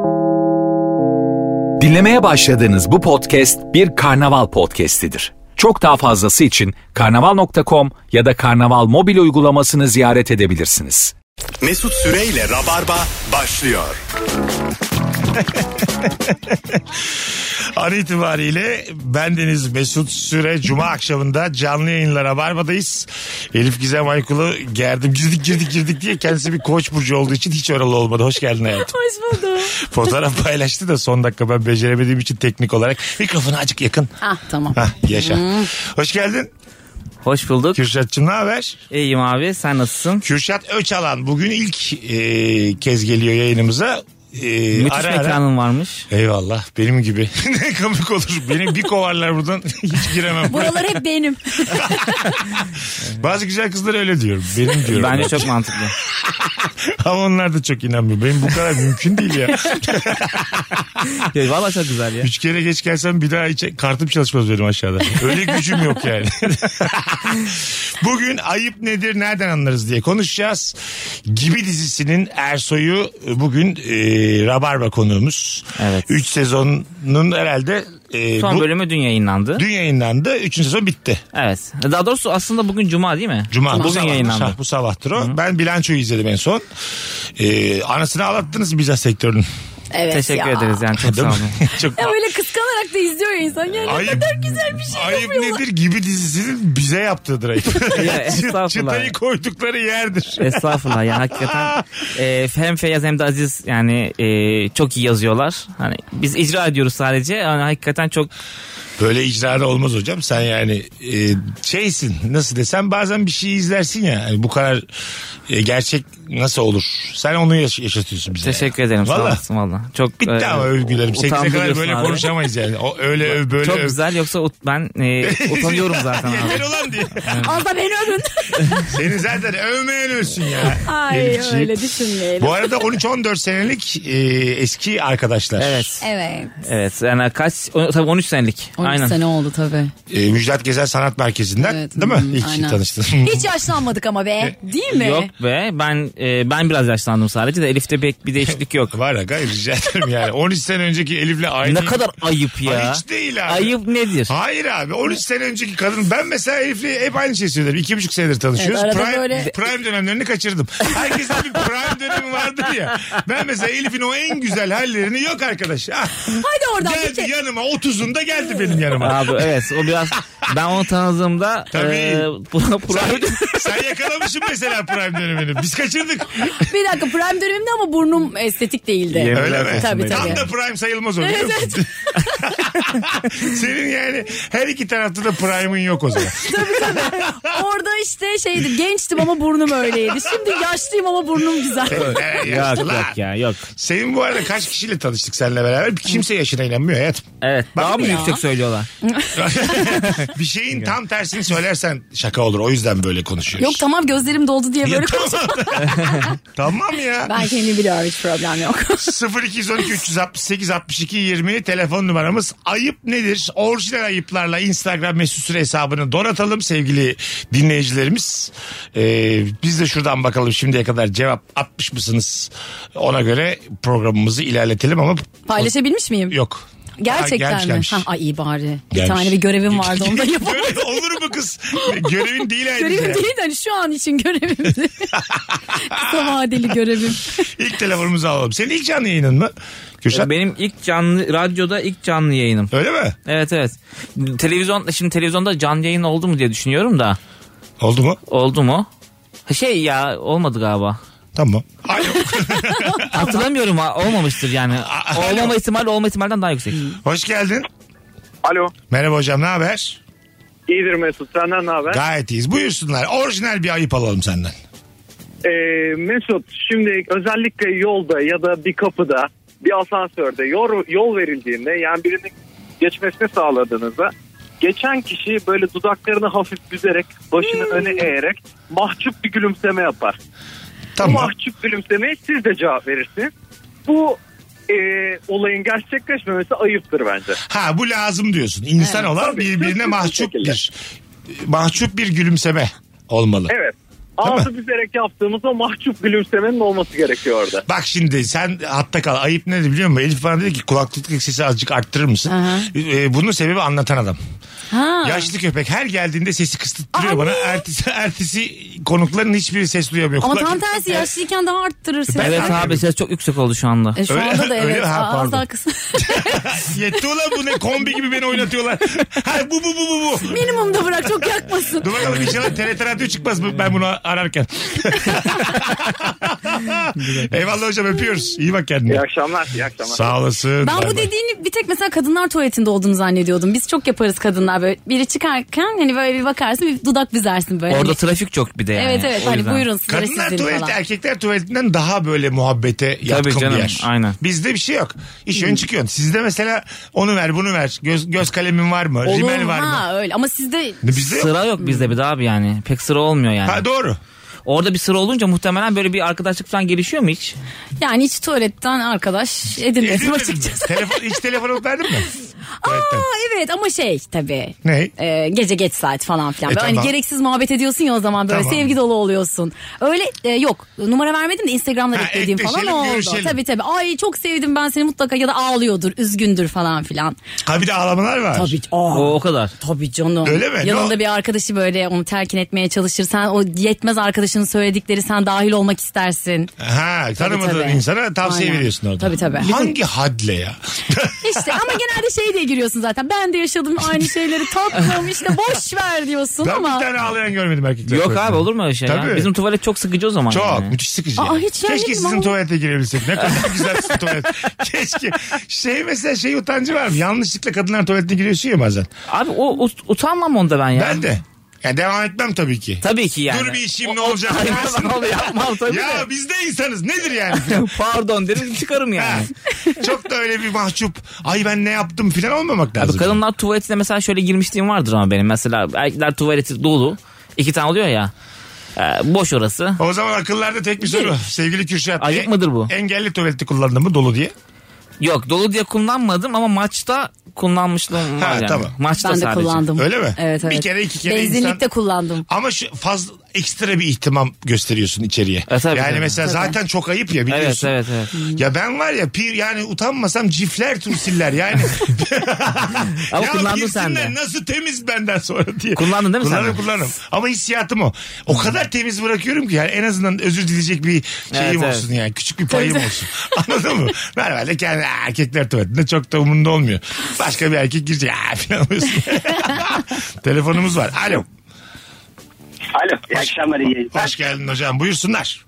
Dinlemeye başladığınız bu podcast bir karnaval podcastidir. Çok daha fazlası için karnaval.com ya da karnaval mobil uygulamasını ziyaret edebilirsiniz. Mesut Süreyle Rabarba başlıyor. An itibariyle bendeniz Mesut Süre Cuma akşamında canlı yayınla Rabarba'dayız. Elif Gizem Aykul'u gerdim girdik diye kendisi bir Koç burcu olduğu için hiç oralı olmadı. Hoş geldin hayatım. Hoş buldum. Fotoğraf paylaştı da son dakika ben beceremediğim için teknik olarak mikrofonu azıcık yakın. Tamam. Yaşa. Hoş geldin. Hoş bulduk. Kürşat'cığım ne haber? İyiyim abi, sen nasılsın? Kürşat Öçalan bugün ilk kez geliyor yayınımıza. Müthiş mekanın varmış. Eyvallah, benim gibi. Ne komik olur. Beni bir kovarlar buradan, hiç giremem. Buralar hep benim. Bazı güzel kızlar öyle diyorum. Benim diyorum. Bence çok mantıklı. Ama onlar da çok inanmıyor. Benim bu kadar mümkün değil ya. Valla çok güzel ya. 3 kere geç gelsem bir daha hiç kartım çalışmaz benim aşağıda. Öyle gücüm yok yani. Bugün ayıp nedir, nereden anlarız diye konuşacağız. Gibi dizisinin Ersoy'u bugün Rabarba konuğumuz. Evet. 3 sezonun herhalde son bölümü dün yayınlandı. Dün yayınlandı. 3. sezon bitti. Evet. Daha doğrusu aslında bugün Cuma değil mi? Cuma. Bugün yayınlandı. Bu sabahtır o. Hı-hı. Ben bilançoyu izledim en son. Anasını ağlattınız mizah sektörünün. Evet teşekkür ya. ederiz yani, çok sağ olun. Çok... Ya böyle kıskanarak da izliyor ya insan. Yani ayıp, ne kadar güzel bir şey ayıp yapıyorlar. nedir gibi dizisinin bize yaptığıdır ayıp. Çıtayı koydukları yerdir. Estağfurullah yani hakikaten hem Feyyaz hem de Aziz yani çok iyi yazıyorlar. Hani biz icra ediyoruz sadece. Yani hakikaten çok... Böyle icrada olmaz hocam. Sen yani şeysin, nasıl desem, bazen bir şey izlersin ya. Yani bu kadar gerçek nasıl olur? Sen onu yaşatıyorsun bize. Teşekkür ederim. Sağ olasın valla. Çok bitti ama övgülerim. 8'e kadar böyle abi konuşamayız yani. O öyle öv böyle çok öv. Güzel, yoksa ben utanıyorum zaten. Yeter olan diye. Az da beni övün. Seni zaten övmeyen ölsün ya. Ay Elifciğim. öyle düşünmeyelim. Bu arada 13-14 senelik eski arkadaşlar. Evet. Evet. Yani tabii 13 senelik. 13 aynen. sene oldu tabii. Müjdat Gezer Sanat Merkezi'nden, evet. Değil mi? İlk tanıştın. Hiç yaşlanmadık ama be. Değil mi? Yok be, ben biraz yaşlandım sadece de Elif'te pek bir değişiklik yok. Var aga, rica ederim yani. 13 sene önceki Elif'le aynı. Ne kadar ayıp ya. Hiç değil abi. Ayıp nedir? Hayır abi, 13 sene önceki kadın. Ben mesela Elif'le hep aynı şey söylerim. 2,5 senedir tanışıyoruz. Evet, prime dönemlerini kaçırdım. Herkesin bir prime dönemi vardır ya. Ben mesela Elif'in o en güzel hallerini yok arkadaş. Hadi oradan. Geldi yanıma, 30'unda geldi benim yanıma. Abi evet, o biraz ben onu tanıdığımda sen yakalamışsın mesela prime dönemini. Biz kaçırdık. Bir dakika, prime dönemimde ama burnum estetik değildi. Öyle mi? Tabii. Tam da prime sayılmaz o, biliyor musun? Senin yani her iki tarafta da prime'ın yok o zaman. Tabii. Orada işte gençtim ama burnum öyleydi. Şimdi yaşlıyım ama burnum güzel. Yok. Senin bu arada kaç kişiyle tanıştık seninle beraber? Kimse yaşına inanmıyor hayatım. Evet. Daha mı ya? yüksek söylüyorlar? Bir şeyin tam tersini söylersen şaka olur. O yüzden böyle konuşuyoruz. Yok tamam, gözlerim doldu diye böyle konuşuyorum. Tamam ya. Ben kendimi biliyorum, hiç problem yok. 0212 368 62 20 telefon numaramız. Ayıp nedir? Orijinal ayıplarla Instagram mesut süre hesabını donatalım sevgili dinleyicilerimiz. Biz de şuradan bakalım şimdiye kadar cevap atmış mısınız? Ona göre programımızı ilerletelim ama... Paylaşabilmiş miyim? Yok. Gerçekten mi? Gelmiş. Ay iyi bari. Gelmiş. Bir tane bir görevim vardı, onu da yapamadım. Olur mu kız? Görevin değil ayrıca. Görevim değil de hani şu an için görevimdi. Kısa vadeli görevim. İlk telefonumuzu alalım. Senin ilk canlı yayının mı Kürşat? Benim radyoda ilk canlı yayınım. Öyle mi? Evet. Şimdi televizyonda canlı yayın oldu mu diye düşünüyorum da. Oldu mu? Oldu mu? Olmadı galiba. Tamam. Hatırlamıyorum, olmamıştır yani. Olma ihtimalden daha yüksek. Hoş geldin. Alo. Merhaba hocam, ne haber? İyidir Mesut, senden ne haber? Gayet iyiyiz. Buyursunlar. Orijinal bir ayıp alalım senden. Mesut, şimdi özellikle yolda ya da bir kapıda, bir asansörde yol verildiğinde, yani birinin geçmesini sağladığınızda geçen kişi böyle dudaklarını hafif büzerek, başını öne eğerek mahcup bir gülümseme yapar. Tamam. Bu mahcup gülümsemeye siz de cevap verirsiniz. Bu olayın gerçekleşmemesi ayıptır bence. Bu lazım diyorsun. İnsan olan tabii, birbirine mahcup bir gülümseme olmalı. Evet. Ağzı büzerek yaptığımız o mahcup gülümsemenin olması gerekiyor orada. Bak şimdi sen hatta kal. Ayıp nedir biliyor musun? Elif bana dedi ki kulaklık sesi azıcık arttırır mısın? Bunun sebebi anlatan adam. Ha. Yaşlı köpek her geldiğinde sesi kısıttırıyor bana. Ertesi konukların hiçbir ses duyamıyor. Ama tam tersi yaşlıyken daha arttırır sesi. Evet abi ses çok yüksek oldu şu anda. Şu Öyle- anda da öyle evet. mi? Ha, Az pardon. daha kısa. Yetti ulan bu ne kombi gibi beni oynatıyorlar. Ha, bu. Minimumda bırak çok yakmasın. Dur bakalım inşallah TRT Radyo çıkmaz ben bunu ararken. Eyvallah hocam öpüyoruz. İyi bak kendine. İyi akşamlar. İyi akşamlar. Sağ olasın. Ben Bay bu bay. dediğini bir tek mesela kadınlar tuvaletinde olduğunu zannediyordum. Biz çok yaparız kadınlar böyle. Biri çıkarken hani böyle bir bakarsın bir dudak büzersin böyle. Orada Hani- trafik çok bir de yani. Evet O hani yüzden. buyurun sizlere Kadınlar sizin tuvaleti falan. erkekler tuvaletinden daha böyle muhabbete yatkın canım, bir yer. aynen. Bizde bir şey yok. İş ön çıkıyorsun. Sizde mesela onu ver bunu ver. Göz kalemin var mı? Olur Rimel var mı? ha öyle ama sizde Bizde yok. Sıra yok bizde bir de abi yani. Pek sıra olmuyor yani. Ha doğru. Orada bir sıra olunca muhtemelen böyle bir arkadaşlık falan gelişiyor mu hiç? yani hiç tuvaletten arkadaş edinmedim Edinmedin mi? açıkçası. Hiç telefon verdin mi? Aa Tuvaletten. evet ama tabii. Ne? Gece geç saat falan filan. Böyle tamam. hani gereksiz muhabbet ediyorsun ya o zaman böyle Tamam. sevgi dolu oluyorsun. Öyle yok. Numara vermedim de Instagram'dan Ha, eklediğim falan ekleşelim, oldu. görüşelim. Tabii. Ay çok sevdim ben seni mutlaka ya da ağlıyordur, üzgündür falan filan. Ha bir de ağlamalar var. Tabii. O kadar. Tabii canım. Öyle mi? Yanında Ne o? bir arkadaşı böyle onu telkin etmeye çalışır. Sen o yetmez arkadaşının söyledikleri sen dahil olmak istersin. Ha tanımadığın tabii. insana tavsiye Aynen. veriyorsun orada. Tabii. Hangi hadle ya? İşte ama genelde diye giriyorsun zaten. Ben de yaşadım aynı şeyleri tatlım işte boş ver diyorsun Ben ama. bir tane ağlayan görmedim erkekler. Yok tuvaletinde. abi olur mu öyle şey Tabii. ya? Bizim tuvalet çok sıkıcı o zaman. Çok yani. müthiş sıkıcı. Aa, yani. hiç Keşke gelmedim sizin ama. tuvalete girebilsek. Ne kadar güzel sizin tuvalet. Keşke. Mesela utancı var mı? Yanlışlıkla kadınlar tuvaletine giriyorsun ya bazen. Abi o utanmam onda ben ya. Ben de. Yani devam etmem tabii ki. Tabii ki yani. Dur bir işim ne olacak? Aynen öyle yapmam tabii Ya de. biz de insanız. Nedir yani? Pardon derim çıkarım Ha. yani. Çok da öyle bir mahcup. Ay ben ne yaptım filan olmamak lazım. Abi kadınlar tuvaletine mesela şöyle girmişliğim vardır ama benim. Mesela erkekler tuvaleti dolu. 2 tane oluyor ya. Boş orası. O zaman akıllarda tek bir soru. Sevgili Kürşat. Ayıp mıdır bu? Engelli tuvaleti kullandın mı dolu diye? Yok dolu diye kullanmadım ama maçta kullanmışlığım var yani. tamam. Maçta Ben de sadece. kullandım. Öyle mi? Evet. Bir kere, iki kere Benzinlikte insan- kullandım. Ama şu fazla ekstra bir ihtimam gösteriyorsun içeriye. Tabii, yani tabii. mesela zaten çok ayıp ya biliyorsun. Evet. Ya ben var ya yani utanmasam cifler tursiller yani. Ama ya kullandın sen bilsinler de. nasıl temiz benden sonra diye. Kullandın değil mi sen de? Kullanırım. Ama hissiyatım o. O kadar temiz bırakıyorum ki yani en azından özür dileyecek bir şeyim Evet, olsun yani. Küçük bir payım olsun. Anladın mı? Normalde kendi erkekler tuvaletinde çok da umurunda olmuyor. Başka bir erkek girecek. Falan oluyorsun. Telefonumuz var. Alo. Alo, iyi akşamlar, iyi yayınlar. Hoş geldin hocam. Buyursunlar.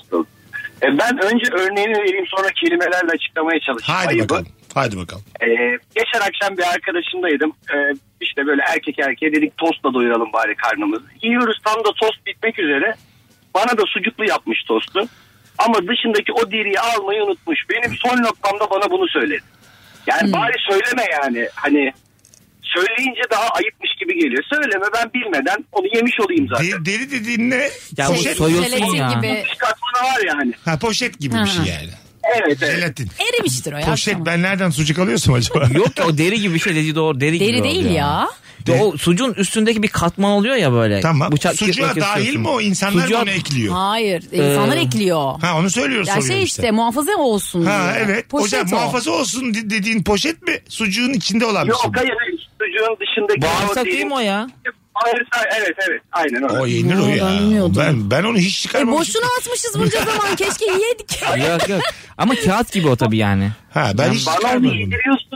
Ben önce örneğini vereyim, sonra kelimelerle açıklamaya çalışayım. Haydi ayıbı. bakalım. Haydi bakalım. Geçen akşam bir arkadaşımdaydım. İşte böyle erkek erkeğe dedik tostla doyuralım bari karnımızı. Yiyoruz, tam da tost bitmek üzere. Bana da sucuklu yapmış tostu. Ama dışındaki o deriyi almayı unutmuş. Benim son lokmamda bana bunu söyledi. Yani bari söyleme yani. Hani söyleyince daha ayıpmış gibi geliyor. Söyleme, ben bilmeden onu yemiş olayım zaten. Deri dediğin ne? Ya bu Poşet. soyulsun Jelatin ya. gibi Dış katmanı var yani. Ha, poşet gibi bir şey yani. Evet. Jelatin. erimiştir o ya. Poşet Tamam. ben nereden sucuk alıyorsam acaba? Yok ya o deri gibi bir şey dediği doğru. Deri gibi Deri değil oluyor. ya. O sucuğun üstündeki bir katman oluyor ya böyle. Tamam. Bıçak Sucuğa kesmek dahil istiyorsun. mi o? İnsanlar mı Sucuğa- onu ekliyor? Hayır insanlar ekliyor. Ha onu söylüyor Ya soruyorum işte muhafaza olsun Ha diye. evet. Poşet Hocam o. muhafaza olsun dediğin poşet mi? Sucuğun içinde olan bir Yok şey mi? hayır, sucuğun dışındaki Bağırsak değil mi o ya? Hayır, evet aynen öyle. O yenir o Ben ya. bilmiyordum. Ben onu hiç çıkarmamışım. Boşuna atmışız bunca zaman keşke yedik. Yok. Ama kağıt gibi o tabii yani. Ha ben hiç Bana onu çıkarmadım. yediriyorsun.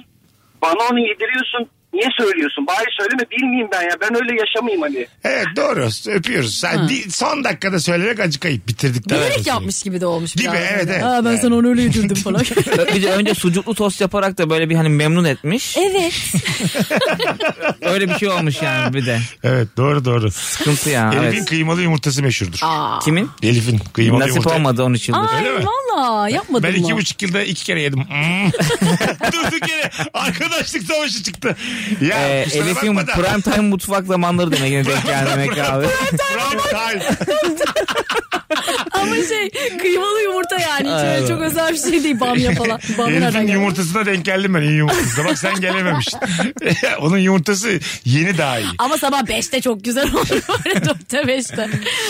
Niye söylüyorsun? Bari söyleme, bilmeyeyim ben ya. Ben öyle yaşamayayım hani. Evet doğru öpüyoruz. Sen son dakikada söylemek acı kayıp bitirdikten sonra. Bilerek yapmış gibi de olmuş. Gibi, biraz evet, böyle. evet. Ha, ben Evet. sana onu öyle yedirdim falan. Bir de önce sucuklu tost yaparak da böyle bir hani memnun etmiş. Evet. Öyle bir şey olmuş yani bir de. Evet doğru. Sıkıntı ya. Elif'in Evet. kıymalı yumurtası meşhurdur. Kimin? Elif'in kıymalı Nasip yumurta. olmadı 13 yıldır. Ay mi? valla yapmadın Ben mı? 2,5 yılda 2 kere yedim. Durduk yere arkadaşlık savaşı çıktı. Ya kusura Elif'in bakma da. prime time mutfak zamanları demek yine denk gelmemek abi. Prime time. Ama kıymalı yumurta yani. Hiç öyle çok özel bir şey değil. Bamya falan. Bamya nereden Elif'in geldi? yumurtasına denk geldim ben iyi yumurtasına. Bak sen gelememişsin. Onun yumurtası yeni daha iyi. Ama sabah 5'te çok güzel olur. Böyle 4'te 5'te.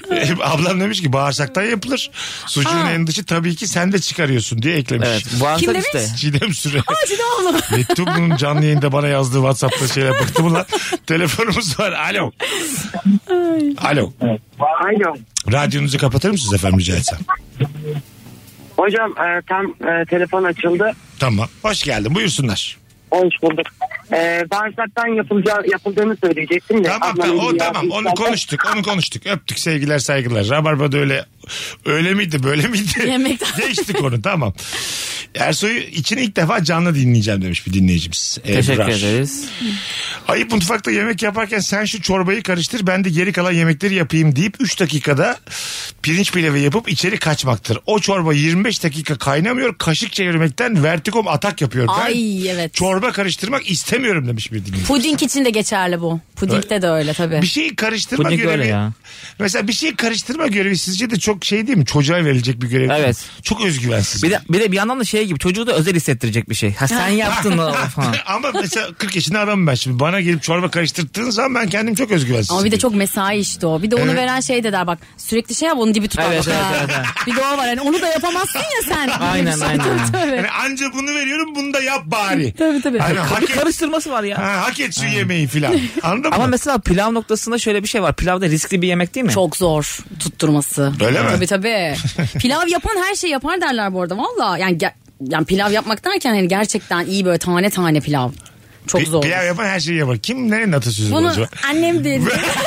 Ablam demiş ki bağırsaktan yapılır. Sucuğun en dışı tabii ki sen de çıkarıyorsun diye eklemiş. Evet. Bağırsak Kim işte. demiş? Çiğdem Süre. Cidden abla. Mektubunun canlı yayında bana yazdığı WhatsApp'ta şeyler baktım lan. Telefonumuz var. Alo. Alo. Alo. Radyonuzu kapatır mısınız efendim rica etsem? Hocam tam telefon açıldı. Tamam. Hoş geldin. Buyursunlar. Hoş bulduk. Bağırsaktan yapıldığını söyleyecektim de. Tamam. Onu konuştuk. Öptük, sevgiler saygılar. Rabarba'da öyle miydi böyle miydi? Yemekten. Geçtik onu, tamam. Ersoy'u için ilk defa canlı dinleyeceğim demiş bir dinleyicimiz. Teşekkür ederiz. Ayıp mutfakta yemek yaparken sen şu çorbayı karıştır ben de geri kalan yemekleri yapayım deyip 3 dakikada pirinç pilavı yapıp içeri kaçmaktır. O çorba 25 dakika kaynamıyor, kaşık çevirmekten vertikom atak yapıyor. Ay evet. Çorba karıştırmak istemiyorum demiş bir dinleyici. Puding için de geçerli bu. Pudingde de öyle tabii. Bir şeyi karıştırma Puding öyle görevi. ya. Mesela bir şeyi karıştırma görevi sizce de çok şey değil mi? Çocuğa verilecek bir görev. Evet. Çok özgüvensiz. Bir de bir yandan da şey gibi çocuğu da özel hissettirecek bir şey. Ha sen yaptın o falan. Ama mesela 40 yaşında adamım ben şimdi. Bana gelip çorba karıştırdığın zaman ben kendim çok özgüvensiz. Ama bir de hissediyorum. çok mesai işte o. Bir de onu Evet. veren şey de der bak sürekli şey yap onun dibi tutar. Evet, bak, evet, ha. evet. Bir de o var yani onu da yapamazsın ya sen. Aynen. Tabii. Yani anca bunu veriyorum bunu da yap bari. Tabii. Hani hak Bir et, karıştırması var ya. hak et şu yemeği filan. Anladın Ama mı? mesela pilav noktasında şöyle bir şey var. Pilav da riskli bir yemek değil mi? Çok zor tutturması. Öyle mi? Tabii. Pilav yapan her şeyi yapar derler bu arada valla. Yani pilav yapmak derken hani gerçekten iyi böyle tane tane pilav. Çok zor. Pilav yapan her şeyi yapar. Kim nerenin atasözü bu Bunu acaba? annem dedi.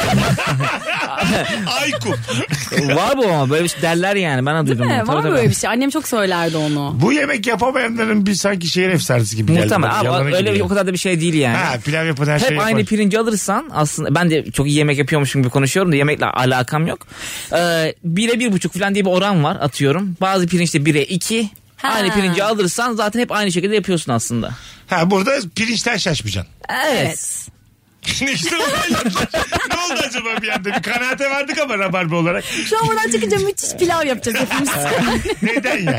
Aykum. Var bu ama böyle bir şey derler yani. Ben de duydum. He, bunu. var Tabii, böyle tabii. bir şey. Annem çok söylerdi onu. Bu yemek yapamayanların bir sanki şehir efsanesi gibi geldi. Muhtemelen. Bana, Abi, yalana öyle gibi. o kadar da bir şey değil yani. Ha, pilav yapan her şeyi Hep yapar. aynı pirinci alırsan aslında ben de çok iyi yemek yapıyormuşum gibi konuşuyorum da yemekle alakam yok. 1'e 1,5 falan diye bir oran var atıyorum. Bazı pirinçte 1'e 2. Ha. Aynı pirinci alırsan zaten hep aynı şekilde yapıyorsun aslında. Ha, burada pirinçten şaşmayacaksın. Evet. Ne işte ne oldu acaba bir yerde? Bir kanaate vardık ama Rabarba olarak. Şu an buradan çıkınca müthiş pilav yapacağız hepimiz. Neden yani?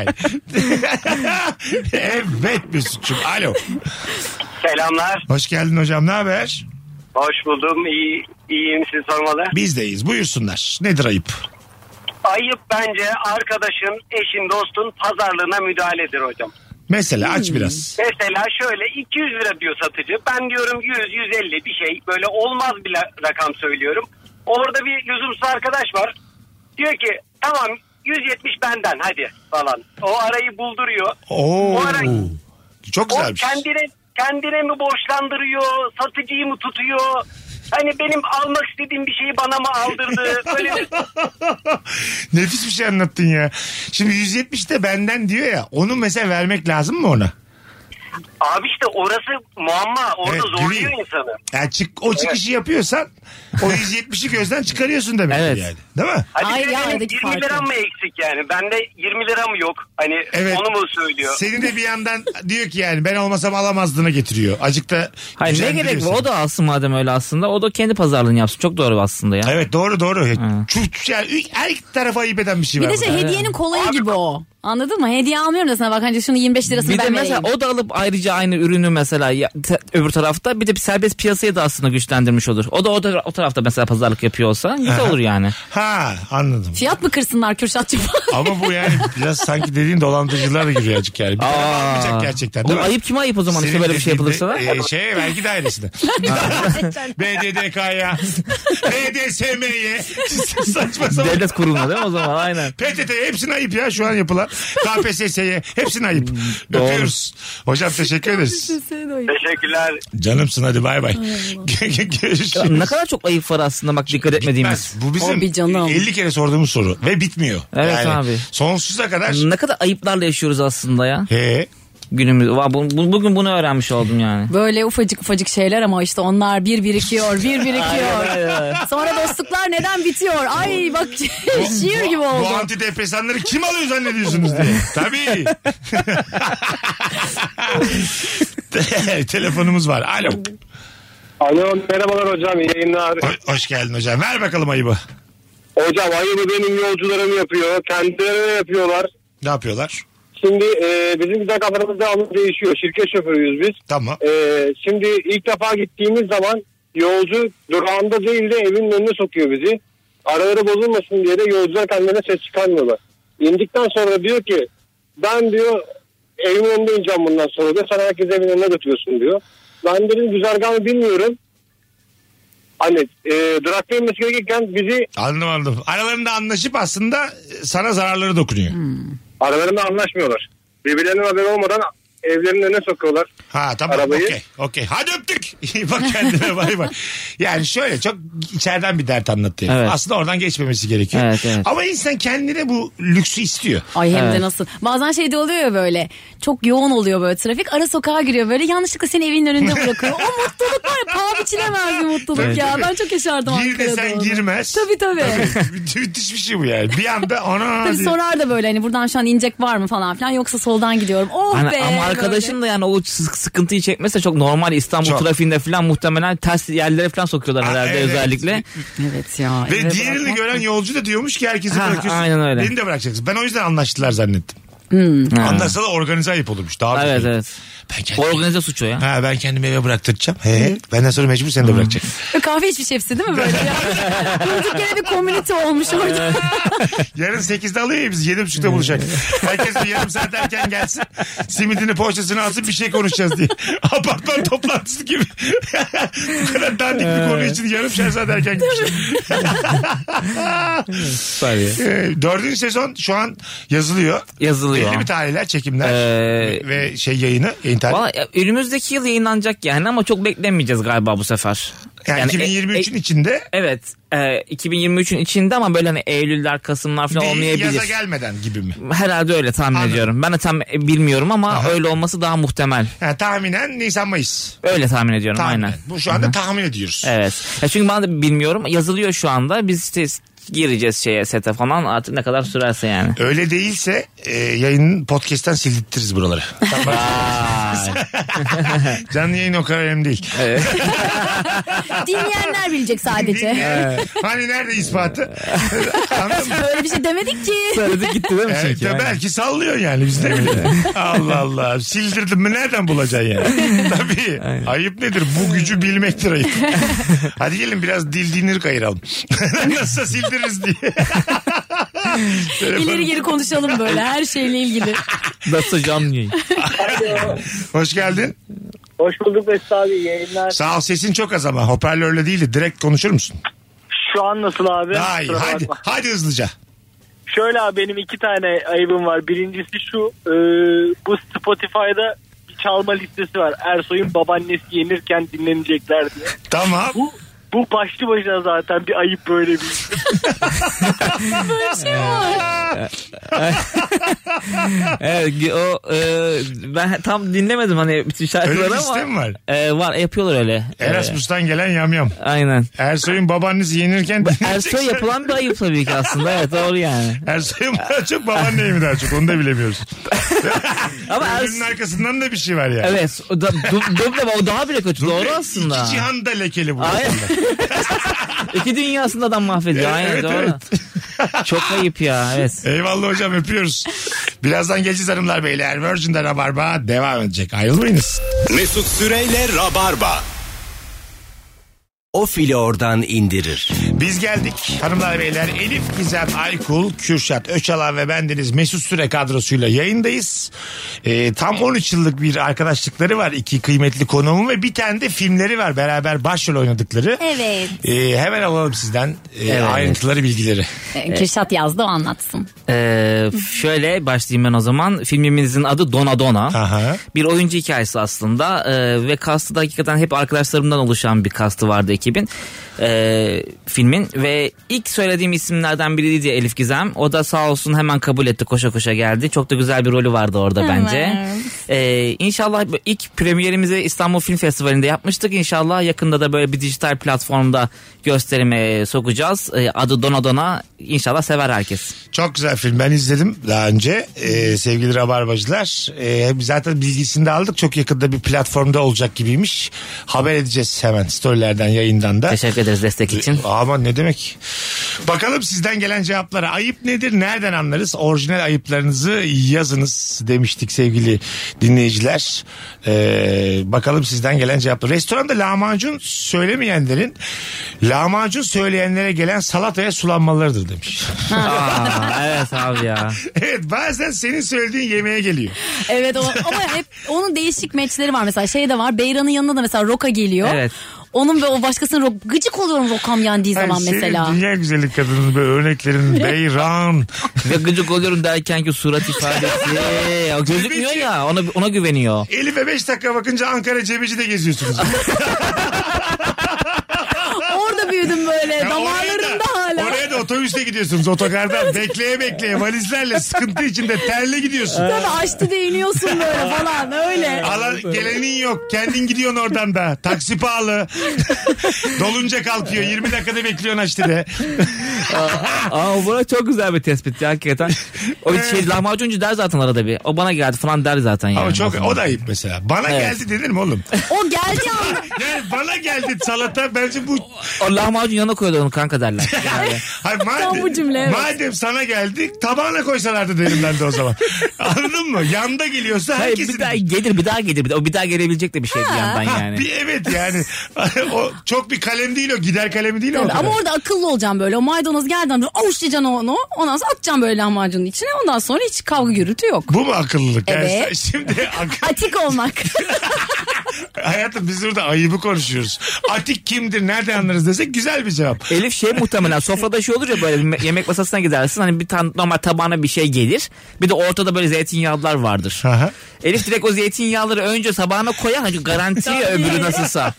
Evet Mesut'cum. Alo. Selamlar. Hoş geldin hocam. Ne haber? Hoş buldum. İyiyim siz sormalı. Bizdeyiz. Buyursunlar. Nedir ayıp? Ayıp bence arkadaşın, eşin, dostun pazarlığına müdahaledir hocam. Mesela aç biraz. Mesela şöyle 200 lira diyor satıcı. Ben diyorum 100-150 bir şey. Böyle olmaz bir rakam söylüyorum. Orada bir lüzumsuz arkadaş var. Diyor ki tamam 170 benden hadi falan. O arayı bulduruyor. Oo. O ara, Çok o güzelmiş. kendine mi borçlandırıyor, satıcıyı mı tutuyor? Hani benim almak istediğim bir şeyi bana mı aldırdı? Öyle bir... Nefis bir şey anlattın ya. Şimdi 170 de benden diyor ya. Onu mesela vermek lazım mı ona? Abi işte orası muamma. Orada Evet, zorluyor göreyim. insanı. Yani o çıkışı yapıyorsan o 170'i gözden çıkarıyorsun demek Evet. yani. Değil mi? Hadi Ay, benim ya, 20 aradaki liram farkı. mı eksik yani? Bende 20 lira mı yok? Hani Evet. onu mu söylüyor? Senin de bir yandan diyor ki yani ben olmasam alamazdığını getiriyor. Azıcık da Hayır ne gücendiriyor gerek var? seni. O da alsın madem öyle aslında. O da kendi pazarlığını yapsın. Çok doğru aslında ya. Evet doğru. Yani her tarafa ayıp eden bir şey Bir var. de şey burada. hediyenin kolayı gibi o. Anladın mı? Hediye almıyorum da sana bak hani şunu 25 lirasını Bir de ben mesela vereyim. o da alıp ayrıca aynı ürünü mesela öbür tarafta bir de bir serbest piyasayı da aslında güçlendirmiş olur. O da o tarafta mesela pazarlık yapıyor olsa güzel olur yani. Ha anladım. Fiyat mı kırsınlar Kürşatçığım? Ama bu yani biraz sanki dediğin dolandırıcılar da giriyor azıcık yani. Bir taraf almayacak gerçekten değil Bu mi? ayıp kime ayıp o zaman işte Senin böyle bir şey dediğinde, yapılırsa da? vergi dairesine. BDDK'ya, BDSM'ye, saçma sapan. Devlet kurumuna değil mi o zaman aynen. PTT'ye hepsine ayıp ya şu an yapılan. KPSS'ye hepsine ayıp. Öpüyoruz. Hocam teşekkür ederiz. Teşekkürler. Canımsın hadi bay bay. Görüşürüz. Ne kadar çok ayıp var aslında bak dikkat etmediğimiz. Bitmez. Bu bizim Abi canım. 50 kere sorduğumuz soru ve bitmiyor. Evet yani abi. Sonsuza kadar. Ne kadar ayıplarla yaşıyoruz aslında ya. Günümüz. Bugün bunu öğrenmiş oldum yani. Böyle ufacık şeyler ama işte onlar bir birikiyor. Aynen. Sonra dostluklar neden bitiyor? Ay bak şiir gibi Bu oldu. antidepresanları kim alıyor zannediyorsunuz diye. Tabii. Telefonumuz var. Alo. Alo merhabalar hocam iyi yayınlar. Hoş geldin hocam. Ver bakalım ayıbı. Hocam ayıbı benim yolcularım yapıyor. Kendileri yapıyorlar. Ne yapıyorlar? Şimdi bizim güzel kafalarımızda anı değişiyor. Şirket şoförüyüz biz. Tamam. Şimdi ilk defa gittiğimiz zaman yolcu durağında değil de evin önüne sokuyor bizi. araları bozulmasın diye de yolcular kendilerine ses çıkarmıyorlar. İndikten sonra diyor ki ben diyor evimin önünde ineceğim bundan sonra diyor. Sen herkes evin önüne götürüyorsun diyor. Ben dedim güzergahını bilmiyorum. Hani durakta inmesi gerekirken bizi... Anladım. Aralarında anlaşıp aslında sana zararları dokunuyor. Aralarında anlaşmıyorlar. Birbirlerinin haberi olmadan evlerinin önüne sokuyorlar. Ha tamam, okey. Hadi öptük. Bak kendine, bay bay. Yani şöyle çok içeriden bir dert anlatıyor. Evet. Aslında oradan geçmemesi gerekiyor. Evet. Ama insan kendine bu lüksü istiyor. Ay hem de nasıl. Bazen şey de oluyor ya böyle. Çok yoğun oluyor böyle trafik. Ara sokağa giriyor böyle. Yanlışlıkla seni evinin önünde bırakıyor. O mutluluk var ya. Paha biçilemez bir mutluluk Tabii, ya. tabii. Ben çok yaşardım Gir Ankara'da. desen onu. girmez. Tabii. Müthiş bir şey bu yani. Bir anda ona... Tabii sorar da böyle hani buradan şu an inecek var mı falan filan. Yoksa soldan gidiyorum. Oh Hani be. ama arkadaşın da yani o sıkıntıyı çekmese çok normal İstanbul Çok. trafiğinde falan muhtemelen ters yerlere falan sokuyorlar herhalde evet. özellikle. Evet ya. Ve eve diğerini bırakmak gören da- yolcu da diyormuş ki herkesi Ha, bırakıyorsun. aynen öyle. Beni de bırakacaksın. Ben o yüzden anlaştılar zannettim. Anlaşsa da organize ayıp olurmuş. Daha Evet büyük. evet. Ben kendimi, Organize suçu ya. ben kendimi eve bıraktıracağım. Benden sonra mecbur seni de bırakacağım. Kahve içmiş hepsi değil mi böyle ya? Durduk yere bir komünite olmuş orada. Yarın 8'de alıyor ya biz 7.30'da buluşacak. Herkes bir yarım saat erken gelsin. Simidini poğaçasını alsın bir şey konuşacağız diye. Apartman toplantısı gibi. Bu kadar dandik bir konu için yarım saat erken gitmiş. Süper ya. 4. sezon şu an yazılıyor. Yazılıyor. Belli mi tarihler, çekimler ve yayın tarihi. Valla önümüzdeki yıl yayınlanacak yani ama çok beklemeyeceğiz galiba bu sefer. Yani 2023'ün içinde. Evet 2023'ün içinde ama böyle hani Eylüller, Kasımlar falan Değil, olmayabilir. yaza gelmeden gibi mi? Herhalde öyle tahmin Anladım. ediyorum. Ben de tam bilmiyorum ama öyle olması daha muhtemel. Tahminen Nisan-Mayıs. Öyle tahmin ediyorum Tahminen. aynen. Bu şu anda tahmin ediyoruz. Evet. Ya çünkü ben de bilmiyorum. Yazılıyor şu anda. Biz işte gireceğiz sete falan artık ne kadar sürerse yani. Öyle değilse yayının podcast'ten sildirtiriz buraları. Canlı yayın o kadar önemli değil. Dinleyenler bilecek sadece. Hani nerede ispatı? Anladın mı? Böyle bir şey demedik ki. Söyledik gitti değil mi çünkü? De belki sallıyor yani biz ne bilelim. Allah Allah. Sildirdim mi nereden bulacaksın yani? Tabii. Ayıp nedir? Bu gücü bilmektir ayıp. Hadi gelin biraz dil dinir kayıralım. Nasıl sildiririz diye. İleri geri konuşalım böyle her şeyle ilgili. Nasıl canlı yayın? Hoş geldin. Hoş bulduk Mesut abi, yayınlar. Sağ ol, sesin çok az ama hoparlörle değil de direkt konuşur musun? Şu an nasıl abi? Daha iyi. Kusura bakma. Hadi hızlıca. Şöyle abi, benim 2 tane ayıbım var. Birincisi şu, bu Spotify'da bir çalma listesi var. Ersoy'un babaannesi yenirken dinlenecekler diye. Tamam. Bu başlı başına zaten bir ayıp, böyle bir. Böyle bir şey var. Evet o ben tam dinlemedim hani bütün şarkıları Öyle bir ama. liste mi var? Var yapıyorlar öyle. Erasmus'tan gelen yamyam. Aynen. Ersoy'un babaannesi yenirken Ersoy yapılan bir ayıp tabii ki aslında. Evet doğru yani. Ersoy'un mu daha çok, babaanneyi mi daha çok, onu da bilemiyoruz. Ama Ölümün arkasından da bir şey var yani. Evet. O daha bile kötü. Doğru aslında. İki cihan da lekeli bu. Aynen. İki dünyasında adam mahvediyor. Aynen Evet, doğru. evet. Çok ayıp ya. Evet. Eyvallah hocam, öpüyoruz. Birazdan geleceğiz hanımlar beyler. Virgin'de Rabarba devam edecek. Ayrılmayınız. Mesut Süreyle Rabarba. O fili oradan indirir. Biz geldik hanımlar beyler. Elif, Gizem, Aykul, Kürşat, Öçalan ve bendeniz Mesut Süre kadrosuyla yayındayız. Tam 13 yıllık bir arkadaşlıkları var iki kıymetli konuğumun ve bir tane de filmleri var beraber başrol oynadıkları. Evet. Hemen alalım sizden ayrıntıları, bilgileri. Kürşat yazdı, o anlatsın. Şöyle başlayayım ben o zaman. Filmimizin adı Dona Dona. Aha. Bir oyuncu hikayesi aslında ve kastı da hakikaten hep arkadaşlarımdan oluşan bir kastı vardı ekibin. Filmin ve ilk söylediğim isimlerden biriydi Elif Gizem. O da sağ olsun hemen kabul etti, koşa koşa geldi. Çok da güzel bir rolü vardı orada bence. İnşallah ilk premierimizi İstanbul Film Festivali'nde yapmıştık. İnşallah yakında da böyle bir dijital platformda gösterime sokacağız. Adı Dona Dona. İnşallah sever herkes. Çok güzel film. Ben izledim daha önce. Sevgili Rabarbacılar. Zaten bilgisini de aldık. Çok yakında bir platformda olacak gibiymiş. Haber edeceğiz hemen storylerden, yayından da. Teşekkür ederiz destek için. Aman ne demek. Bakalım sizden gelen cevaplara. Ayıp nedir? Nereden anlarız? Orijinal ayıplarınızı yazınız demiştik sevgili dinleyiciler. Bakalım sizden gelen cevaplar. Restoranda lahmacun söylemeyenlerin lahmacun söyleyenlere gelen salataya sulanmalarıdır demiş. Evet abi ya. Evet, bazen senin söylediğin yemeğe geliyor. Evet ama hep onun değişik meçleri var. Mesela şey de var. Beyran'ın yanına da mesela roka geliyor. Evet. Onun ve o başkasının gıcık oluyorum rokam yendiği zaman mesela. Senin dünya güzellik kadının böyle örneklerin Beyran. Ve gıcık oluyorum derken ki surat ifadesi. O gözükmüyor ya, ona güveniyor. Elif'e 5 dakika bakınca Ankara Cebeci'de geziyorsunuz. Orada büyüdüm böyle. Ya damarlarımda hala. Oraya da otobüste gidiyorsunuz. Otogardan bekleye valizlerle sıkıntı içinde terle gidiyorsun. Tabii açtı iniyorsun böyle falan öyle. Gelenin yok. Kendin gidiyorsun oradan da. Taksi pahalı. Dolunca kalkıyor. 20 dakikada bekliyorsun Açtı'da. Aa, bu çok güzel bir tespit ya, hakikaten. O lahmacuncu der zaten arada bir. O bana geldi falan der zaten yani. Ama çok o da ayıp mesela. Bana geldi denir mi oğlum? O geldi anda. Yani bana geldi salata, bence bu. O lahmacun yanına koyuyorlar onu kanka derler. Yani. Hayır, Tam bu cümle, evet. Madem sana geldi tabağına koysalardı derim ben de o zaman. Anladın mı? Yanda geliyorsa Hayır, herkesin. bir daha gelir. O bir daha gelebilecek de bir şey bir yandan yani. Evet yani. O çok bir kalem değil o. Gider kalemi değil o. Tabii, ama orada akıllı olacağım böyle. O maydanoz geldiğinde böyle avuçlayacaksın onu. Ondan sonra atacaksın böyle lahmacunun içine. Ondan sonra hiç kavga gürültü yok. Bu mu akıllılık? Yani Evet. şimdi Atik olmak. hayatım biz burada ayıbı konuşuyoruz. Atik kimdir? Nereden anlarız desek güzel bir cevap. Elif muhtemelen sofrada şey olur ya, böyle bir yemek masasına gidersin. Hani bir tane normal tabağına bir şey gelir. Bir de ortada böyle zeytinyağlılar vardır. Aha. Elif direkt o zeytinyağları önce tabağına koyar. Hani garanti ya öbürü nasılsa.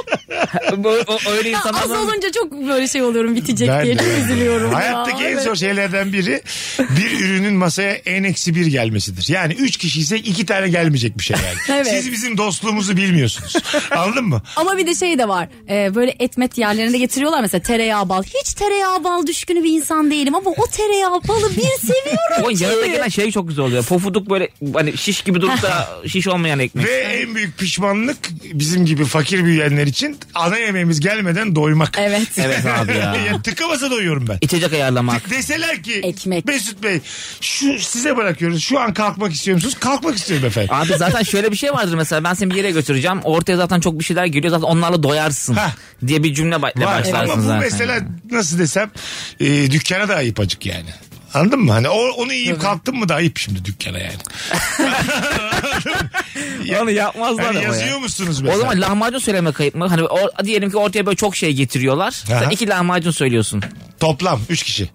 Öyle insanlar. Az olunca çok böyle şey oluyorum, bitecek diye çok üzülüyorum. Hayattaki en zor şeylerden biri bir ürünün masaya en eksi bir gelmesidir. Yani 3 kişi ise 2 tane gelmeyecek bir şey yani. Evet. Siz bizim dostluğumuzu bilmiyorsunuz. Anladın mı? Ama bir de şey de var. Böyle etmet yerlerinde getiriyorlar mesela tereyağı bal. Hiç tereyağı bal düşkünü bir insan değilim ama o tereyağı balı bir seviyorum O ki. yanında gelen şey çok güzel oluyor. Pofuduk böyle hani şiş gibi durup da şiş olmayan ekmek. Ve en büyük pişmanlık bizim gibi fakir büyüyenler için ana yemeğimiz gelmeden doymak. Evet. Evet abi ya. Ya tıka basa doyuyorum ben. İçecek ayarlamak. Deseler ki Ekmek. Mesut Bey şu size bırakıyoruz. Şu an kalkmak istiyor musunuz? Kalkmak istiyorum efendim. Abi zaten şöyle bir şey vardır mesela, ben seni bir yere götüreceğim. Ortaya zaten çok bir şeyler geliyor. Zaten onlarla doyarsın diye bir cümle başlarsın Ama bu zaten. mesela nasıl desem dükkana da ayıp acık yani. Anladın mı? Hani onu yiyip kalktın mı da ayıp şimdi dükkana yani. Onu yapmazlar hani ama yazıyor ya. musunuz mesela? O zaman lahmacun söyleme kayıp mı? Hani diyelim ki ortaya böyle çok şey getiriyorlar. Sen 2 lahmacun söylüyorsun. Toplam 3 kişi.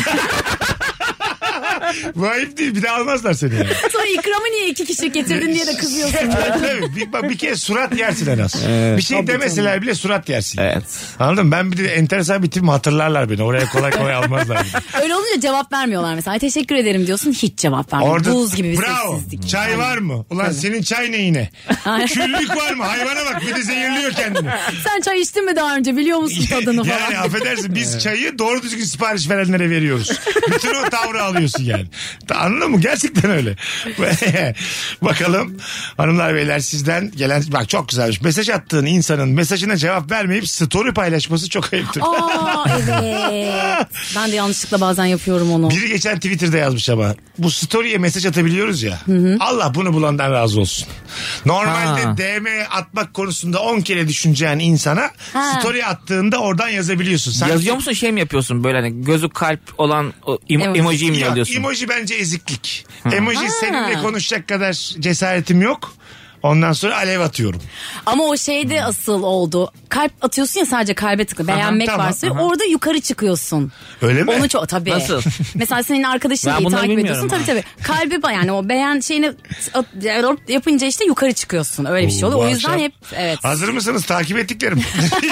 Bu ayıp değil, bir de almazlar seni yani. Sonra ikramı niye 2 kişi getirdin diye de kızıyorsun. Tabii. Bir kere surat yersin en az. Bir şey demeseler bile surat yersin. Evet. Anladın mı? Ben bir de enteresan bir tipim, hatırlarlar beni. Oraya kolay almazlar. Öyle olunca cevap vermiyorlar mesela. Ay, teşekkür ederim diyorsun, hiç cevap vermiyor. Orada, buz gibi bir bravo. sessizlik. Çay var mı? Ulan senin çay ne yine? Küllük var mı? Hayvana bak, bir de zehirliyor kendini. Sen çay içtin mi daha önce, biliyor musun tadını falan? Yani affedersin, biz çayı doğru düzgün sipariş verenlere veriyoruz. Bütün o tavrı alıyorsun yani. Anladın mı? Gerçekten öyle. Bakalım hanımlar beyler, sizden gelen, bak çok güzelmiş. Mesaj attığın insanın mesajına cevap vermeyip story paylaşması çok ayıptır. Aa evet. Ben de yanlışlıkla bazen yapıyorum onu. Biri geçen Twitter'da yazmış ama bu story'e mesaj atabiliyoruz ya. Allah bunu bulandan razı olsun. Normalde DM atmak konusunda 10 kere düşüneceğin insana story attığında oradan yazabiliyorsun. Sanki... Yazıyor musun, şey mi yapıyorsun böyle hani gözü kalp olan emoji mi yazıyorsun? Emoji bence eziklik. Emoji seninle konuşacak kadar cesaretim yok. Ondan sonra alev atıyorum. Ama o şeyde asıl oldu. Kalp atıyorsun ya, sadece kalbe tıkla. Beğenmek varsa orada yukarı çıkıyorsun. Öyle mi? Onu çok tabii. Nasıl? Mesela senin arkadaşını iyi takip ediyorsun. Tabii. Kalbi yani o beğen şeyini yapınca işte yukarı çıkıyorsun. Öyle bir şey oluyor. O yüzden hep evet. Hazır mısınız? Takip ettiklerim.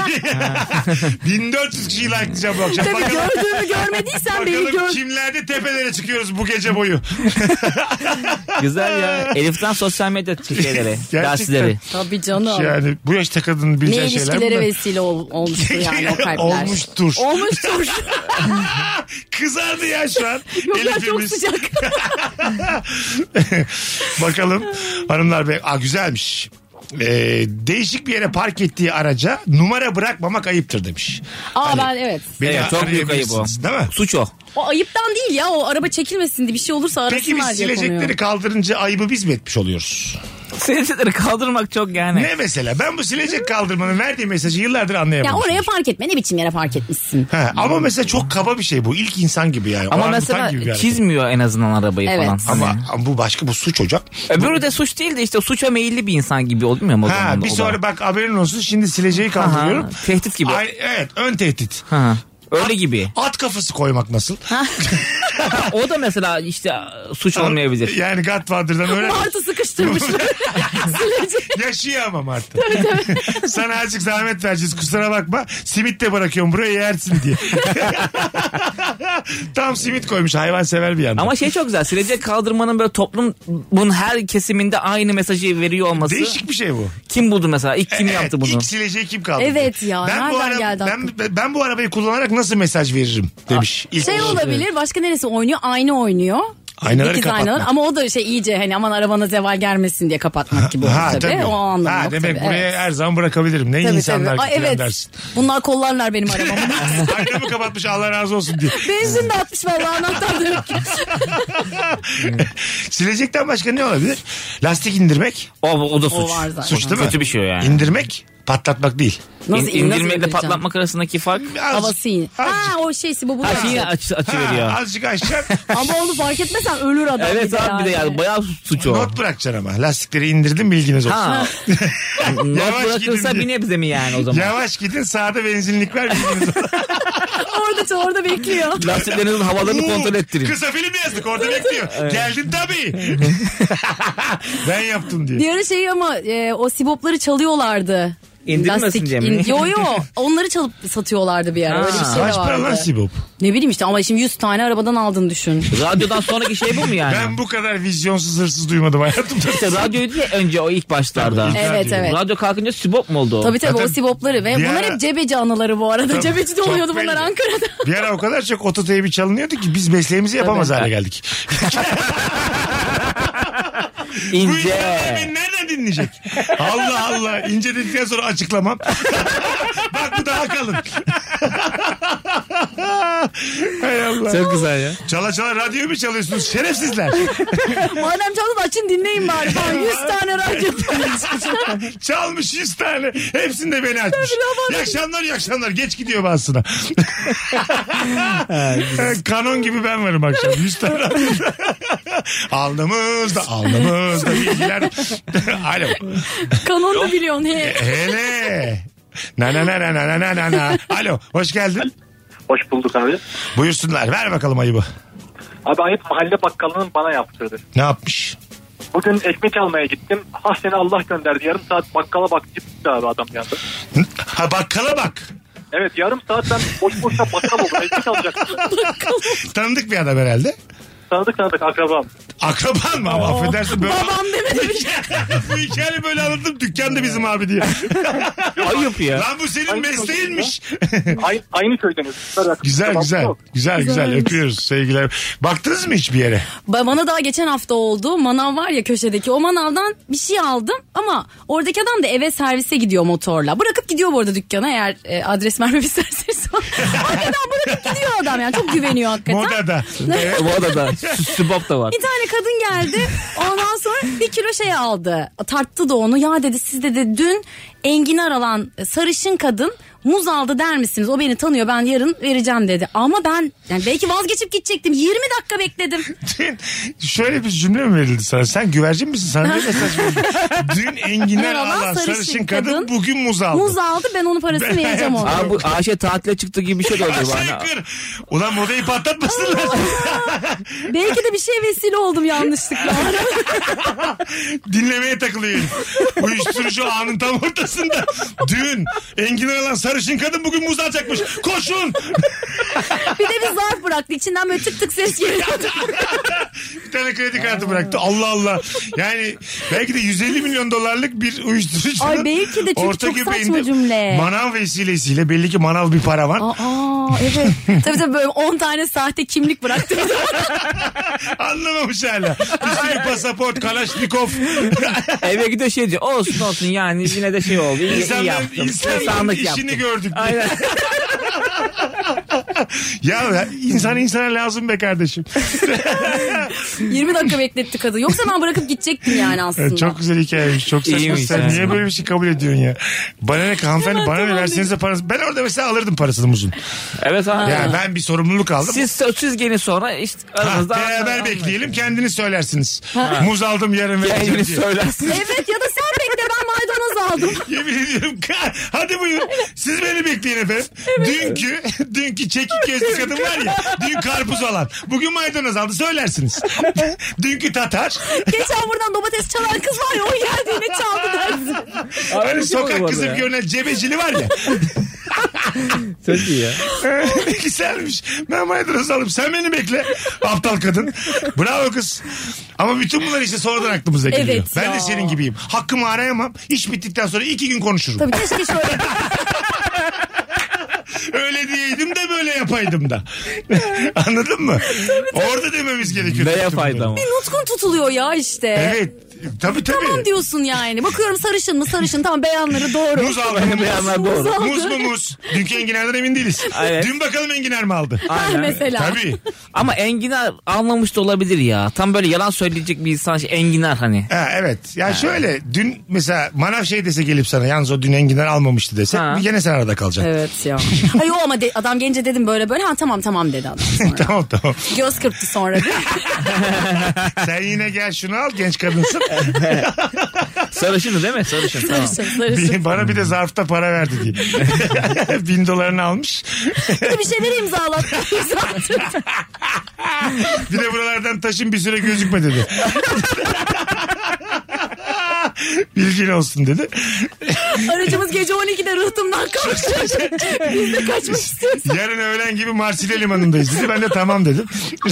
1400 kişiyi likelayacağım bu akşam. Tabii bakalım, gördüğümü görmediysen beni gör. Kimlerde tepelere çıkıyoruz bu gece boyu. Güzel ya. Elif'ten sosyal medya şeyleri, dersleri. Tabii canım. Yani bu yaşta kadının bileceği şeyler bunlar. Ne ilişkilere vesile olmuştu yani o kalpler. Olmuştur. Olmuştur. Kızardı ya şu an. Yok ya, çok Elif'imiz. sıcak. Bakalım hanımlar bey. Güzelmiş. değişik bir yere park ettiği araca numara bırakmamak ayıptır demiş. Ben evet. Beni Evet, çok büyük ayıp o. arayabilirsiniz, değil mi? Suç o. O ayıptan değil ya, o araba çekilmesin diye bir şey olursa Peki biz arasınlar diye konuyor. silecekleri kaldırınca ayıbı biz mi etmiş oluyoruz? Silecekleri kaldırmak çok yani. Ne mesela? Ben bu silecek kaldırmanın verdiği mesajı yıllardır Ya anlayamamışım. oraya park etme, ne biçim yere park etmişsin. Ama mesela çok kaba bir şey bu. İlk insan gibi yani. Ama Orangutan mesela gibi bir hareket. çizmiyor en azından arabayı Evet. falan. Ama bu başka, bu suç hocam. Öbürü de suç değil de işte suça meyilli bir insan gibi olmuyor mu o zaman? Bir o da? sonra bak haberin olsun, şimdi sileceği kaldırıyorum. Aha, tehdit gibi. Evet, ön tehdit. Ha, öyle gibi. At kafası koymak nasıl? O da mesela işte suç olmayabilir. Yani Godfather'dan öyle. Martı sıkıştırmışlar. Silecek. Yaşıyor ama Martı. Sana azıcık zahmet vereceğiz, kusura bakma. Simit de bırakıyorum buraya, yersin diye. Tam simit koymuş, hayvan sever bir yandan. Ama şey çok güzel. Silecek kaldırmanın böyle toplumun her kesiminde aynı mesajı veriyor olması. Değişik bir şey bu. Kim buldu mesela? İlk kim yaptı bunu? İlk sileceği kim kaldırdı? Evet ya, nereden geldi ben bu arabayı kullanarak nasıl mesaj veririm demiş. İlk Şey olarak. olabilir, başka neresi oynuyor? Ayna oynuyor. Aynaları Dikiz kapatmak. aynalar. Ama o da iyice hani aman arabana zeval gelmesin diye kapatmak gibi olur tabii. O anlamda yok demek tabii. buraya Evet. her zaman bırakabilirim. Ne Tabii, insanlar tabii. getiren Evet. dersin. Bunlar kollarlar benim arabamı. Ayna mı kapatmış, Allah razı olsun diye. Benzin de atmış vallahi, anahtar da yok. Silecekten başka ne olabilir? Lastik indirmek. O da suç. O var zaten. Suç değil mi? Kötü bir şey o yani. İndirmek patlatmak değil. Nasıl İndirmekle indireceğim? patlatmak arasındaki fark. Havası iyi. O şeysi bu. Her şeyi açı veriyor. Azıcık aşağı. Ama onu fark etmesen ölür adam. Evet abi, bir de yani bayağı suç o. Not bırakacaksın ama. Lastikleri indirdim, bilginiz olsun. Ha. Not Yavaş bırakırsa gidin bir nebze mi yani o zaman? Yavaş gidin, sağda benzinlik var, bilginiz olsun. orada bekliyor. Lastiklerinizin havalarını kontrol ettirin. Kısa film yazdık, orada bekliyor. Geldin tabii. Ben yaptım diye. Bir ara şey ama o sibopları çalıyorlardı. İndirmesin diye mi? Yo onları çalıp satıyorlardı bir ara. Öyle bir şey de Kaç para lan vardı. Sibop? Ne bileyim işte, ama şimdi 100 tane arabadan aldın düşün. Radyodan sonraki şey bu mu yani? Ben bu kadar vizyonsuz hırsız duymadım hayatımda. İşte radyoydu ya önce o ilk başlarda. Tabii, Evet radyo. evet. Radyo kalkınca Sibop mu oldu? Tabii Zaten o sibopları ve bir bunlar ara- hep cebeci anıları bu arada. Tabii, Cebeci de çok oluyordu belli. bunlar Ankara'da. Bir ara o kadar çok ototeybi çalınıyordu ki biz mesleğimizi yapamaz hale geldik. Bu İnce. insanlar beni nereden dinleyecek? Allah Allah. İnce dedikten sonra açıklamam. Bak bu daha kalın. Hay Allah. Çok güzel ya. Çala çala radyoyu mu çalıyorsunuz? Şerefsizler. Madem çaldın açın dinleyin bari falan. 100 tane radyo. Çalmış 100 tane. Hepsini de beni açmış. İyi akşamlar. Geç gidiyor bazısına. Kanon gibi ben varım akşam. 100 tane. Alnımızda bilgiler. Alo. Kanon da biliyorsun. Hele. Na. Alo, hoş geldin. Hoş bulduk abi. Buyursunlar, ver bakalım ayıbı. Abi ayıp mahalle bakkalının bana yaptırdı. Ne yapmış? Bugün ekmek almaya gittim. Seni Allah gönderdi. Yarım saat bakkala bak. Gitti abi adam yanında. Ha, bakkala bak. Evet, yarım saat ben boş boşuna bakkal oldum. Ekmek alacaktım. Tanıdık bir adam herhalde. Tanıdık akrabam. Akraban mı ama affedersin böyle. Babam demedi. Bu hikayeyi böyle anlattım, dükkan da bizim abi diye. Ayıp ya. Lan bu senin mesleğinmiş. Aynı köydeniz. Güzel öpüyoruz sevgiler. Baktınız mı hiçbir yere? Bana daha geçen hafta oldu. Manav var ya köşedeki. O manavdan bir şey aldım ama oradaki adam da eve servise gidiyor motorla. Bırakıp gidiyor bu arada dükkana, eğer adres vermemi isterseniz. Hakikaten bırakıp gidiyor adam yani. Çok güveniyor hakikaten. Modada. Modada. Sibop da var. Bir tane kadın geldi. Ondan sonra 1 kilo şey aldı. Tarttı da onu. Ya dedi, siz dedi dün enginar alan sarışın kadın muz aldı der misiniz? O beni tanıyor, ben yarın vereceğim dedi. Ama ben yani belki vazgeçip gidecektim. 20 dakika bekledim. Şöyle bir cümle mi verildi sana? Sen güvercin misin? Sana ne mesaj verildi? Dün enginar alan sarışın kadın bugün muz aldı. Muz aldı, ben onun parasını vereceğim ona. Abi bu Ayşe tatile çıktı gibi bir şey de oldu bana. Aşağı. Ulan modayı patlatmasınlar. Belki de bir şey vesile oldum yanlışlıkla. Dinlemeye takılıyor. Uyuşturucu anın tam ortasında. Dün enginar alan sarışın kadın bugün muz alacakmış. Koşun. Bir de bir zarf bıraktı. İçinden böyle tık tık ses geliyordu. Bir tane kredi kartı bıraktı. Allah Allah. Yani belki de 150 milyon dolarlık bir uyuşturucunun Ay belki de çünkü orta çok saçma göbeğinde cümle. manav vesilesiyle belli ki manav bir para var. Evet. Tabii böyle 10 tane sahte kimlik bıraktı. Anlamamış hala. Bir sürü pasaport, Kalaşnikov. Eve gidiyor şey diyor. Olsun yani yine de şey oldu. İyi yaptım. İnsanların işini yaptım. gördük. Aynen. Ya insana lazım be kardeşim. 20 dakika bekletti kadın. Yoksa ben bırakıp gidecektim yani aslında. Çok güzel hikayeymiş. Çok saçma. İyiymiş Sen yani. niye böyle bir şey kabul ediyorsun ya? Bana ne hanımefendi, bana ne versenize parası. Ben orada mesela alırdım parasını muzun. Evet abi. Yani ben bir sorumluluk aldım. Siz gelin sonra işte aranızda. Beraber bekleyelim, kendiniz söylersiniz. Muz aldım yarın vereceğim Kendiniz diye. söylersiniz. Evet ya da sen bekle ben maydanoz aldım. Yemin ediyorum. Hadi buyurun. Siz beni bekleyin efendim. Dünkü çekik gözlü kadın var ya. Dün karpuz alan. Bugün maydanoz aldı. Söylersiniz. Dünkü Tatar. Geçen buradan domates çalan kız var ya o geldi yine çaldı dersin. Hani sokak kızı bir görünen cebecili var ya. Çok iyi ya. Ne güzelmiş. Ben maydanoz aldım. Sen beni bekle. Aptal kadın. Bravo kız. Ama bütün bunlar işte sonradan aklımıza geliyor. Evet ben ya. de senin gibiyim. Hakkımı arayamam. İş bittikten sonra 2 gün konuşurum. Tabii keşke şöyle. Öyle diyeydim de böyle yapaydım da. Anladın mı? Tabii. Orada dememiz gerekiyor. Ne yapaydı ama. Bir nutkun tutuluyor ya işte. Evet. Tabii. Tamam diyorsun yani. Bakıyorum sarışın mı sarışın. Tamam beyanları doğru. Muz aldı mı? Beyanlar doğru. Muz mu muz? Dünkü enginardan emin değiliz. Evet. Dün bakalım enginar mı aldı? Aynen. Mesela. Tabii. Ama enginar almamış da olabilir ya. Tam böyle yalan söyleyecek bir insan enginar hani. Ha, evet. Ya şöyle dün mesela manav şey dese gelip sana yalnız o dün enginar almamıştı dese gene sen arada kalacaksın. Evet ya. Hayır ama adam gelince dedim böyle. Ha tamam dedi adam sonra. Tamam. Göz kırptı sonra. Sen yine gel şunu al genç kadınsın. Sarışını değil mi? Sarışın. Tamam. Sarışın. Bana bir de zarfta para verdi diye. 1000 dolarını almış. Bir de bir şeyleri imzalattı. Bir de buralardan taşın bir süre gözükme dedi. Bilgin olsun dedi. Aracımız gece 12'de rıhtımdan kalktı. Biz de kaçmak istiyoruz. Yarın öğlen gibi Marsilya limanındayız dedi. Ben de tamam dedim.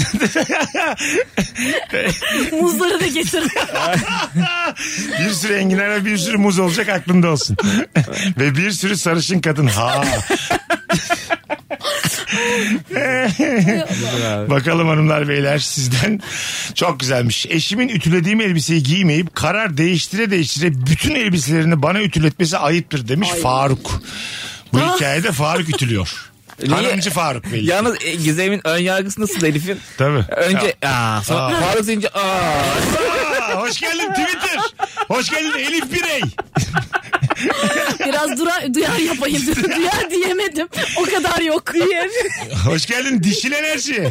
Muzları da getirin. Bir sürü enginar ve bir sürü muz olacak aklında olsun. Ve bir sürü sarışın kadın. Ha. Bakalım hanımlar beyler sizden çok güzelmiş. Eşimin ütülediğim elbiseyi giymeyip karar değiştire bütün elbiselerini bana ütületmesi ayıptır demiş Faruk. Bu hikayede Faruk ütülüyor. Hanımcı Faruk belli. Yalnız Gizem'in ön yargısı nasıl Elif'in? Tabii. Önce sonra Faruk deyince hoş geldin Twitter. Hoş geldin Elif Birey. Biraz duyar yapayım. Duyar diyemedim. O kadar yok. Hoş geldin dişil enerji.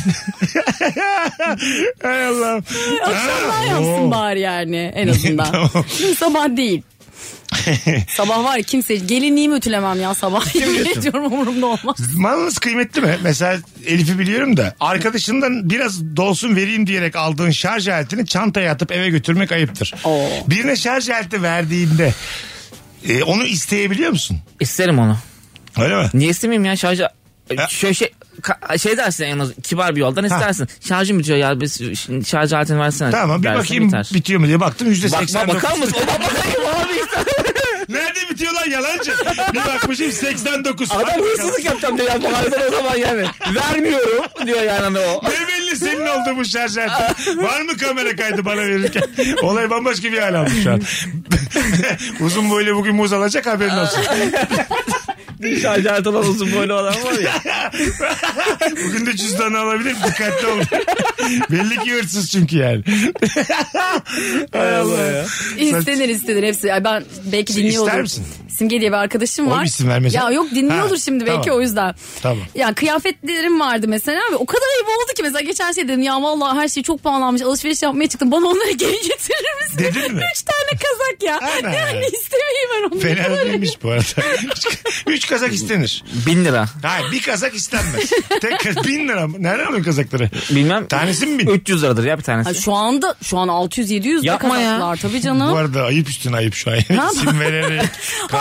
Hay Allah'ım. Akşamdan yapsın bari yani en azından. Tamam. Sabah değil. Sabah var ya kimse gelinliğimi ütülemem ya sabah. Yemin ediyorum umurumda olmaz. Malınız kıymetli mi? Mesela Elif'i biliyorum da arkadaşından biraz dolsun vereyim diyerek aldığın şarj aletini çantaya atıp eve götürmek ayıptır. Birine şarj aleti verdiğinde onu isteyebiliyor musun? İsterim onu. Öyle mi? Niye istemeyeyim ya şarjı? Şöyle şey dersin en azından kibar bir yoldan istersin. Şarjım bitiyor ya biz şarj aletini versene. Tamam bir dersin, bakayım biter. bitiyor mu diye baktım %89. Bakar mısın? Bakayım abi. Nerede bitiyor lan yalancı? Bir bakmışım 89. Adam hırsızlık yapacağım diyor ya bu halde o zaman yani. Vermiyorum diyor yani o. Ne belli senin oldu bu şarj aleti. Var mı kamera kaydı bana verirken? Olay bambaşka bir hal almış şu an. Uzun boylu bugün muz alacak haberin olsun. Şarj aleti olan uzun boylu olan var ya. Bugün de cüzdanı alabilir. Dikkatli ol. Belli ki hırsız çünkü yani. Hay Allah ya. İstenir hepsi. Yani ben belki dinliyordur. İster misin? Simge diye bir arkadaşım var. O isim vermesen. Ya yok dinliyordur şimdi belki tamam. o yüzden. Tamam. Ya kıyafetlerim vardı mesela ve o kadar ayıp oldu ki mesela geçen şey dedim ya vallahi her şey çok pahalanmış alışveriş yapmaya çıktım bana onları geri getirir misin? Dedin mi? 3 tane kazak ya. Aynen. Yani istemeyeyim ben onu. Fena değilmiş bu arada. 3 kazak istenir. 1000 lira. Hayır bir kazak istenmez. Tek 1000 lira mı? Nereden alıyorsun kazakları? Bilmem. Tanesi mi 1000? 300 liradır ya bir tanesi. Ha, şu an 600-700 Yapma ya. kazaklar tabii canım. Bu arada ayıp üstüne ayıp şu an. İsim vererek.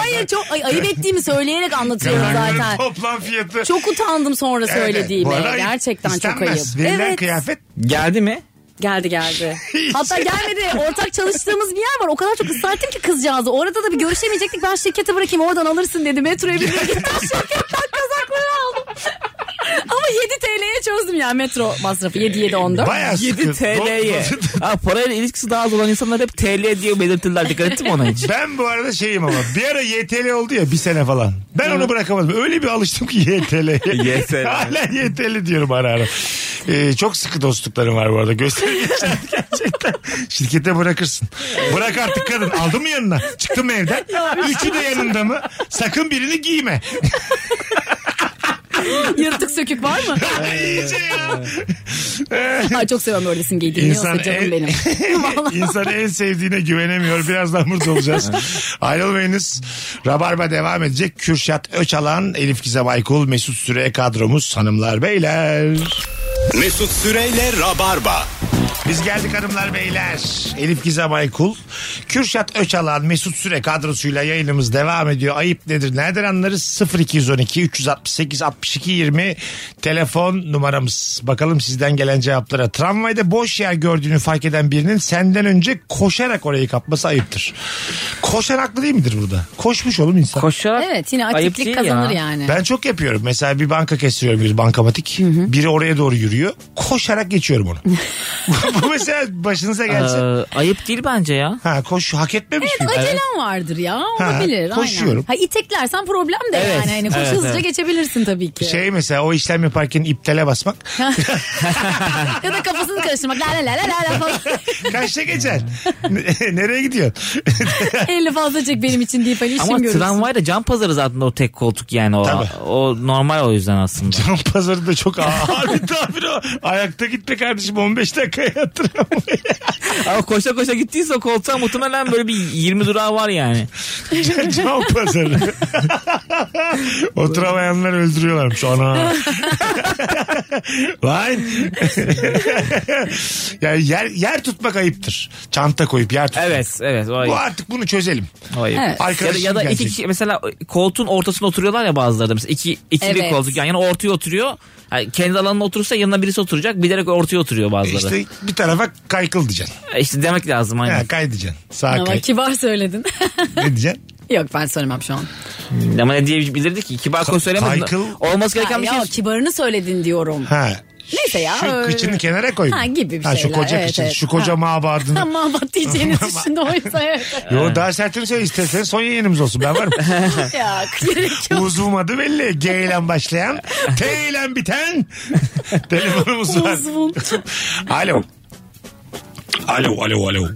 Hayır çok ayıp ettiğimi söyleyerek anlatıyorum Kazakların zaten. toplam fiyatı. Çok utandım sonra Evet, söylediğime. bu arada Gerçekten çok ayıp. istenmez. Verilen Evet. kıyafet Geldi mi? Geldi. Hatta gelmedi. Ortak çalıştığımız bir yer var. O kadar çok ısrar ettim ki kızcağızı. Orada da bir görüşemeyecektik. Ben şirkete bırakayım oradan alırsın dedi. Metroya bindim gittim şirketten kazakları aldım. Ama 7 TL'ye çözdüm yani metro masrafı. 7-14. bayağı 7 sıkı. TL'ye. Ha, parayla ilişkisi daha az olan insanlar hep TL diye belirtirler. Dikkat ettin mi ona hiç? Ben bu arada şeyim ama bir ara YTL oldu ya bir sene falan. Ben onu bırakamadım. Öyle bir alıştım ki YTL'ye. YTL. Hala YTL diyorum ara. Çok sıkı dostluklarım var bu arada. Göstergeçler gerçekten. Şirkete bırakırsın. Bırak artık kadın. Aldın mı yanına? Çıktın mı evden? Üçü de yanında mı? Sakın birini giyme. Yırtık sökük var mı? İyice ya. Ay çok seviyorum öylesin giydiğini. İnsan Yoksa canım benim. Vallahi. İnsan en sevdiğine güvenemiyor. Birazdan burada olacağız. Ayrılmayınız. Rabarba devam edecek. Kürşat Öçalan, Elif Gizem Aykul, Mesut Süre kadromuz hanımlar beyler. Mesut Süreyle Rabarba. Biz geldik hanımlar beyler. Elif Gizem Aykul, Kürşat Öçalan, Mesut Süre kadrosuyla yayınımız devam ediyor. Ayıp nedir? Nereden anlarız? 0212 368 62 20 telefon numaramız. Bakalım sizden gelen cevaplara. Tramvayda boş yer gördüğünü fark eden birinin senden önce koşarak orayı kapması ayıptır. Koşan haklı değil midir burada? Koşmuş oğlum insan. Koşarak Evet yine ayıp atiklik değil kazanır ya. yani. Ben çok yapıyorum. Mesela bir banka kesiyorum, bir bankamatik. Biri oraya doğru yürüyor. Koşarak geçiyorum onu. Bu mesela başınıza gelse. Ayıp değil bence ya. Ha koş, hak etmemiş miyim? Acelen vardır ya olabilir. koşuyorum. Aynen. Ha, iteklersen problem de Evet, yani. Hani evet, hızlıca evet. geçebilirsin tabii ki. Şey mesela o işlem yaparken iptale basmak. Ya da kafasını karıştırmak. La la la la la falan. Kaçta geçeceksin? Nereye gidiyorsun? 50 fazla çek benim için deyip hani işim Ama görürsün. tramvayda cam pazarı zaten o tek koltuk yani o. Tabii. O normal o yüzden aslında. Cam pazarı da çok ağır bir tabir o. Ayakta gitme kardeşim 15 dakikaya yatıramam. Ama koşa koşa gittiyse o koltuğa muhtemelen böyle bir 20 durağı var yani. Cam pazarı. Oturamayanlar öldürüyorlarmış. Ana. Lan. Yani yer tutmak ayıptır. Çanta koyup yer tutmak. Evet o ayıp. Bu artık bunu çözelim. O ayıp. Evet. Arkadaşım Ya da iki gelecek. kişi mesela koltuğun ortasına oturuyorlar ya bazıları da mesela ikili Evet. koltuk yani ortaya oturuyor. Yani kendi alanına oturursa yanına birisi oturacak bilerek ortaya oturuyor bazıları. İşte bir tarafa kaykıl diyeceksin. İşte demek lazım aynen. Ha, kay diyeceksin. Sağa Ama kay. kibar söyledin. Ne diyeceksin? Yok ben söylemem şu an. Ama ne diyebilirdi ki? Kibar koy söylemedin. Kaykıl. Olması gereken bir şey. Ya kibarını söyledin diyorum. Ha. Neyse ya. Şu kıçını kenara koy. Ha, gibi bir Şu şeyler, koca evet, kıçını, evet. şu koca Ha. mabadını. Tamam diyeceğini düşündü oysa evet. Yo daha sertini söyle istersen son yayınımız olsun ben varım. Ya gerek yok. Uzvum adı belli. G ile başlayan, T ile biten telefonumuz var. Uzvum. Alo. Alo.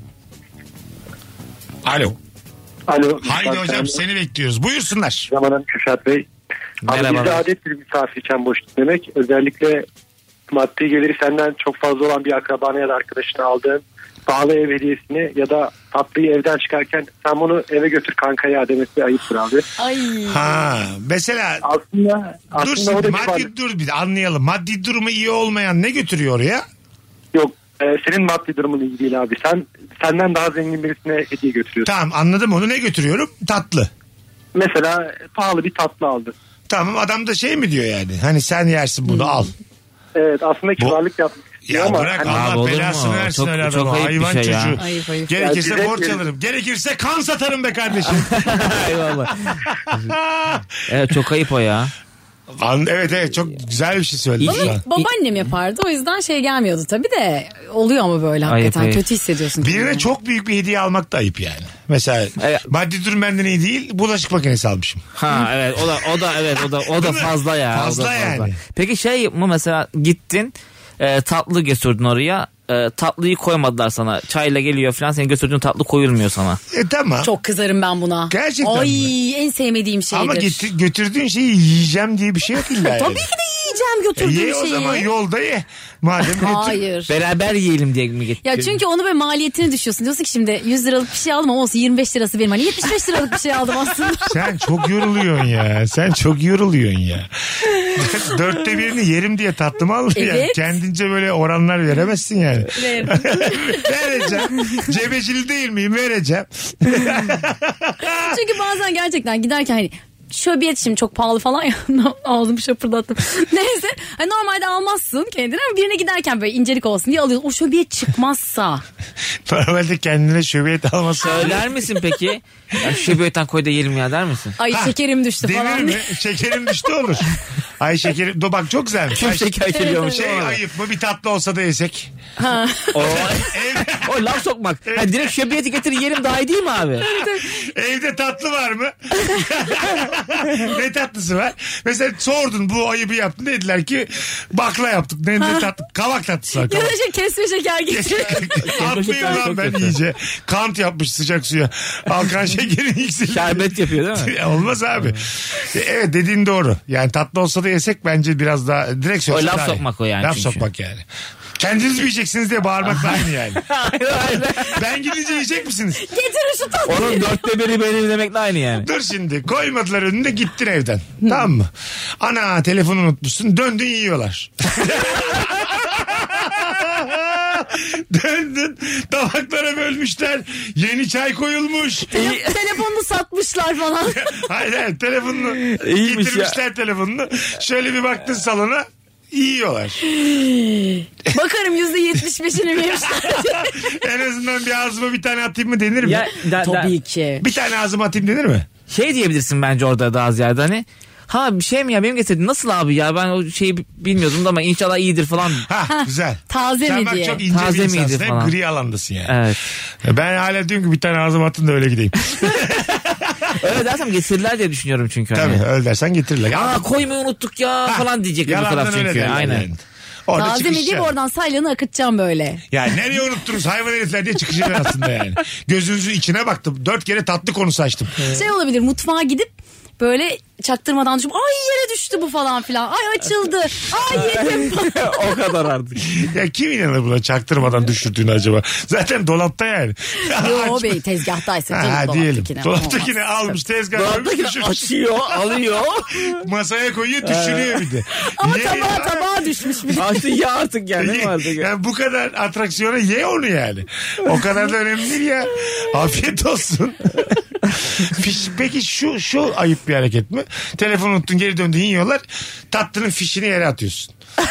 Alo. Haydi hocam seni bekliyoruz. Buyursunlar. Zamanın Kürşat Bey. Abi Merhaba. bizde adettir misafirken boş demek. Özellikle maddi geliri senden çok fazla olan bir akrabana ya da arkadaşına aldığın pahalı ev hediyesini ya da tatlıyı evden çıkarken sen bunu eve götür kanka ya demesi ayıptır abi. Ay. Ha mesela Aslında dur o şimdi da maddi dur bir de anlayalım. Maddi durumu iyi olmayan ne götürüyor oraya? yok. Senin maddi durumun iyi değil abi. Senden daha zengin birisine hediye götürüyorsun. Tamam anladım onu ne götürüyorum? Tatlı. Mesela pahalı bir tatlı aldın. Tamam adam da şey mi diyor yani? Hani sen yersin bunu al. Evet aslında kibarlık yapmış. Ya ama bırak hani- Allah olur mu? belasını versin Çok- öyle çok adama. ayıp bir Hayvan şey ya. çocuğu. Ayıp. Gerekirse Ya bize- borç alırım. Gerekirse kan satarım be kardeşim. Eyvallah. Evet çok ayıp o ya. Evet çok güzel bir şey söyledin şu an. Babaannem yapardı o yüzden şey gelmiyordu tabii de oluyor ama böyle hakikaten ayıp. kötü hissediyorsun. Birine kendini. çok büyük bir hediye almak da ayıp yani. Mesela Evet. maddi durum benden iyi değil bulaşık makinesi almışım. Ha evet o da fazla ya. Fazla o da yani. Peki şey mı mesela gittin tatlı götürdün oraya. Tatlıyı koymadılar sana. Çayla geliyor falan senin götürdüğün tatlı koyulmuyor sana. Tamam. Çok kızarım ben buna. Gerçekten Ay en sevmediğim şeydir. Ama götürdüğün şeyi yiyeceğim diye bir şey yok illa yani. Tabii ki de yiyeceğim götürdüğüm Ye o şeyi. zaman yolda ye. Madem götür. Hayır. Beraber yiyelim diye mi gittin? Ya çünkü onu böyle maliyetini düşüyorsun. Diyorsun ki şimdi 100 liralık bir şey aldım ama olsun 25 lirası benim. Hani 75 liralık bir şey aldım aslında. Sen çok yoruluyorsun ya. Dörtte birini yerim diye tatlı mı alır yani? Evet. Kendince böyle oranlar veremezsin yani. Veririm. Vereceğim. Cebecili değil miyim? Vereceğim. Çünkü bazen gerçekten giderken hani şöbiyet şimdi çok pahalı falan ya. Ağzımı şapırdattım. Neyse. Hani normalde almazsın kendine ama birine giderken böyle incelik olsun diye alıyorsun. O şöbiyet çıkmazsa. Normalde kendine şöbiyet alması. Söyler misin peki? Ya şu böğürtlen koy da yiyelim ya der misin? Ay şekerim düştü Denir falan. mi? Şekerim düştü olur. Ay şekerim. Bak çok güzelmiş. Tüm şeker geliyormuş. Şey ayıp mı? Bir tatlı olsa da yesek. O laf sokmak. Ha, direkt şöbiyeti getir yiyelim daha iyi değil mi abi? Evde tatlı var mı? Ne tatlısı var? Mesela sordun bu ayıbı yaptın. Dediler ki bakla yaptık. Ne tatlı? Kavak tatlısı var. Ya da kesme şeker getir. Atmayın lan ben iyice. Kant yapmış sıcak suya. Alkan şekerin yükseldi. Şerbet yapıyor değil mi? Olmaz abi. Evet dediğin doğru. Yani tatlı olsa da yesek bence biraz daha direkt O söylesek laf daha iyi. sokmak o yani Laf çünkü. sokmak yani. Kendiniz mi yiyeceksiniz diye bağırmakla aynı yani. Ben gidince yiyecek misiniz? Getirin şu tatlıyı. Onun 1/4 benim demekle aynı yani. Dur şimdi koymadılar önünde gittin evden. Tamam mı? Ana telefonu unutmuşsun döndün yiyorlar. Döndün tabaklara bölmüşler. Yeni çay koyulmuş. Telefonunu satmışlar falan. Hayır telefonunu İyiymiş getirmişler telefonunu. Şöyle bir baktın salona yiyorlar. Bakarım %75'ini yemişler. En azından bir ağzıma bir tane atayım mı denir mi? Ya, Tabii ki. Bir tane ağzıma atayım denir mi? Şey diyebilirsin bence orada daha ziyade hani. Ha bir şey mi ya benim getirdin nasıl abi ya ben o şeyi bilmiyordum da ama inşallah iyidir falan. Ha güzel. Taze Sen mi bak diye. çok ince Taze bir miydi insansın. Hep falan. gri alandasın yani. Evet. Ben hala diyorum ki bir tane ağzıma atın da öyle gideyim. Öyle dersem getirirler diye düşünüyorum çünkü. Tabii Hani. öyle dersen getirirler. Aa koymayı unuttuk ya falan diyecek bir Yalandan taraf öyle çünkü. derler Aynen. yani. Orada Taze mi çıkışacağım. deyip oradan salyanı akıtacağım böyle. Yani nereye unuttunuz hayvan herifler diye çıkışacağım aslında yani. Gözünüzün içine baktım. 4 kere tatlı konusu açtım. Şey olabilir mutfağa gidip böyle çaktırmadan düşüp ay yere düştü bu falan filan. Ay açıldı. Ay yedim falan. O kadar artık. Ya kim inanır buna çaktırmadan düşürdüğünü acaba? Zaten dolapta yani. Yo bey tezgahtaysa canım Diyelim. dolaptakine. Dolaptakine Olmaz. almış tezgahı. Dolaptakini açıyor alıyor. Masaya koyuyor düşürüyor bir de. Ama Ye tabağa düşmüş bir de. Artık ya artık yani değil mi artık? Yani bu kadar atraksiyona ye onu yani. O kadar da önemli değil ya. Afiyet olsun. Peki şu ayıp bir hareket mi? Telefonu unuttun geri döndün yiyorlar. Tatlının fişini yere atıyorsun.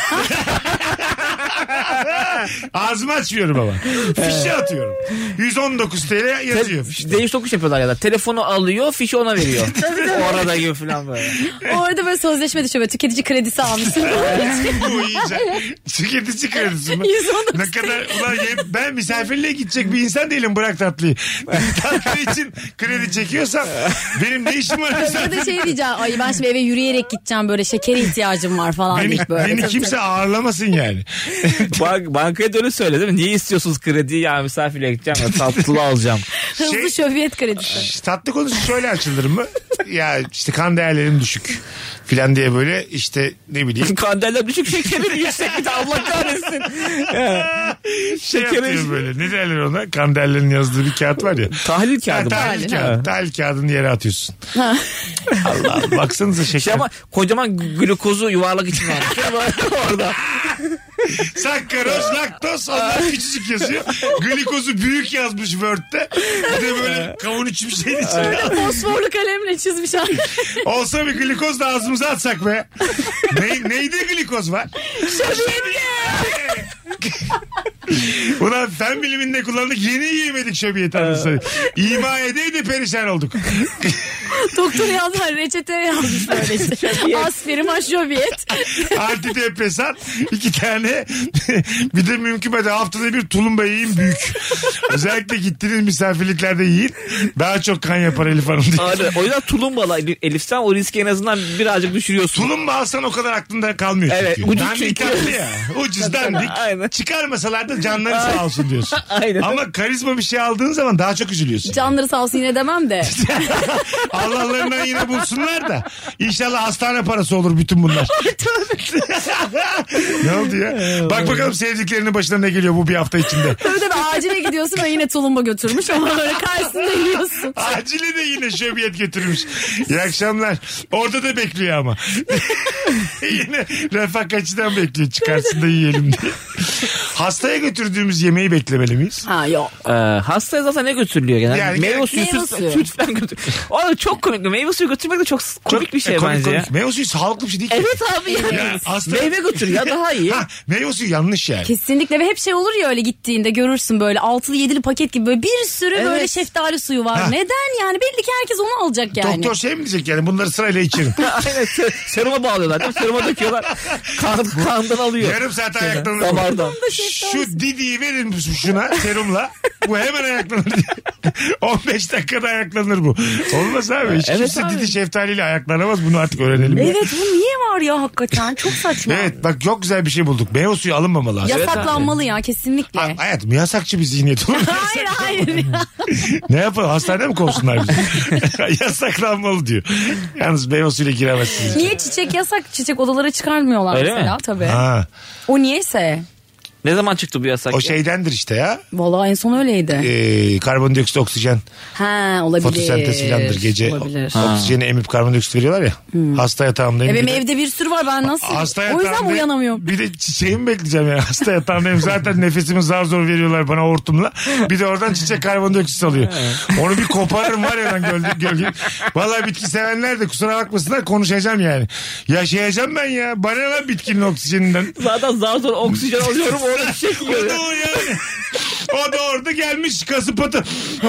Ağzımı açmıyorum ama. Fişi atıyorum. 119 TL yazıyor fişte. Değiş tokuş yapıyorlar ya da. Telefonu alıyor fişi ona veriyor. Orada gibi falan böyle. Orada böyle sözleşme düşüyor. Böyle tüketici kredisi almışsın. Bu iyice. Tüketici kredisi mi? 119 Ne kadar ulan ben misafirliğe gidecek bir insan değilim bırak tatlıyı. Tatlı için kredi çekiyorsam benim ne işim var? Ya da şey diyeceğim. Ay ben şimdi eve yürüyerek gideceğim böyle şekere ihtiyacım var falan deyip böyle. Beni kimse ağırlamasın yani. Bankaya da öyle söyle değil mi? Niye istiyorsunuz krediyi ya misafirliğe gideceğim ya tatlı alacağım. Hızlı şöbiyet kredisi. Tatlı konusu şöyle açılır mı? Ya işte kan değerlerim düşük filan diye böyle işte ne bileyim. Kandeller düşük şekerim yüksek bir de Allah kahretsin. Şey Şekerim- yapıyor böyle ne derler ona? Kan değerlerinin yazdığı bir kağıt var ya. Tahlil kağıdı. Tahlil Ha. kağıdı. Tahlil kağıdını yere atıyorsun. Allah Allah. Baksanıza şeker. Şey ama kocaman glukozu yuvarlak için almış. Orada. Sakkaroz, laktoz onlar küçücük yazıyor. Glikozu büyük yazmış Word'de. Bir de böyle kavun içmiş şeyin içine. Fosforlu kalemle çizmiş abi. Olsa bir glikoz da ağzımıza atsak be. Neydi glikoz var? Ulan fen biliminde kullandık yeni yemedik şöbiyet anısını. İma ede perişan olduk. Doktor yazmış reçete yazmış böyle işte. Aspirin şöbiyet. Antidepresan 2 tane bir de mümkün mertebe haftada bir tulumba yiyin büyük. Özellikle gittiğiniz misafirliklerde yiyin. Daha çok kan yapar Elif Hanım diye. Aynen. O yüzden tulumbalı Elif sen o riski en azından birazcık düşürüyorsun. Tulumba alsan o kadar aklında kalmıyor çünkü. Evet, ucuz dandik çünkü. tatlı ya. Ucuz dandik. Aynen. Çıkarmasalar da canları sağ olsun diyorsun. Aynen. Ama karizma bir şey aldığın zaman daha çok üzülüyorsun. Canları sağ olsun yine demem de. Allah'larından yine bulsunlar da. İnşallah hastane parası olur bütün bunlar. Ne oldu ya? Bak bakalım sevdiklerinin başına ne geliyor bu bir hafta içinde. Tabii tabii acile gidiyorsun ve yine tulumba götürmüş ama böyle karşısında yiyorsun. Acile de yine şöbiyet götürmüş. İyi akşamlar. Orada da bekliyor ama. Yine refakatçiden bekliyor çıkarsın da yiyelim diye. Hastaya götürdüğümüz yemeği beklemeli miyiz? Ha yok. Hastaya zaten ne götürülüyor genelde? Yani meyve suyu, meyve suyu. süt falan götür. O da çok komik. Meyve suyu götürmek de çok komik bir şey komik, bence ya. Meyve suyu sağlıklı bir şey değil ki. Evet abi yani. Ya, hasta- Meyve götür ya daha iyi. Ha, meyve suyu yanlış yani. Kesinlikle ve hep şey olur ya öyle gittiğinde görürsün böyle 6'lı 7'li paket gibi böyle bir sürü Evet. böyle şeftali suyu var. Ha. Neden yani? Belli ki herkes onu alacak yani. Doktor şey mi diyecek yani bunları sırayla içerim. Aynen seruma bağlıyorlar değil mi? Seruma döküyorlar. Kandan alıyor. Yarım saat ayaklanır. Damardan. Şu Didi'yi verin şuna serumla. Bu hemen ayaklanır diye. 15 dakikada ayaklanır bu. Olmaz abi. Hiç Evet kimse abi. Didi şeftaliyle ayaklanamaz. Bunu artık öğrenelim. Evet bu niye var ya hakikaten? Çok saçma. Evet bak çok güzel bir şey bulduk. Meyve suyu alınmamalı aslında. Yasaklanmalı ya kesinlikle. Hayatım yasakçı bir zihniyet olur. Hayır hayır ya. Ne yapalım? Hastanede mi kovsunlar bizi? Yasaklanmalı diyor. Yalnız meyve suyuyla giremezsiniz. Niye çiçek yasak? Çiçek odalara çıkarmıyorlar Öyle mesela mi? tabii. Ha, O niyeyse. Ne zaman çıktı bu yasak? o ya? şeydendir işte ya. Vallahi en son öyleydi. Karbondioksit, oksijen, Ha olabilir. fotosentez filandır. Gece Olabilir. oksijeni emip karbondioksit veriyorlar ya. Hasta yatağımdayım. Benim Bir de- evde bir sürü var ben nasıl? Hasta O yüzden yatağımda uyanamıyorum. bir de çiçeği mi bekleyeceğim yani hasta yatağımdayım zaten nefesimi zar zor veriyorlar bana hortumla bir de oradan çiçek karbondioksit alıyor onu bir koparırım var ya ben gölge. Vallahi bitki sevenler de kusura bakmasınlar konuşacağım yani yaşayacağım ben ya bana ne lan bitkinin oksijeninden. Zaten zar zor oksijen alıyorum orada çiçek yiyor ya. O yani. O da orada gelmiş kasıp atı.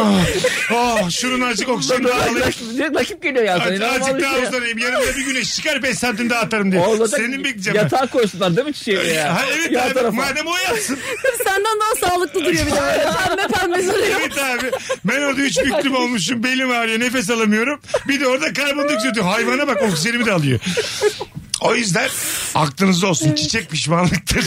Şunun azıcık oksijeni alayım. Rakip geliyor ya. Azıcık daha uzanayım. Yanımda bir güneş çıkar 5 santim daha atarım diye. Senin bekleyeceğim. Yatağa koysunlar değil mi çiçeği ya? Ha, evet Yan abi tarafa. madem o yapsın. Senden daha sağlıklı duruyor bir de böyle pembe pembe soruyor. Evet abi ben orada 3 büklüm olmuşum belim ağrıyor nefes alamıyorum. Bir de orada karbondioksit diyor. Hayvana bak oksijenimi de alıyor. O yüzden aklınızda olsun çiçek pişmanlıktır.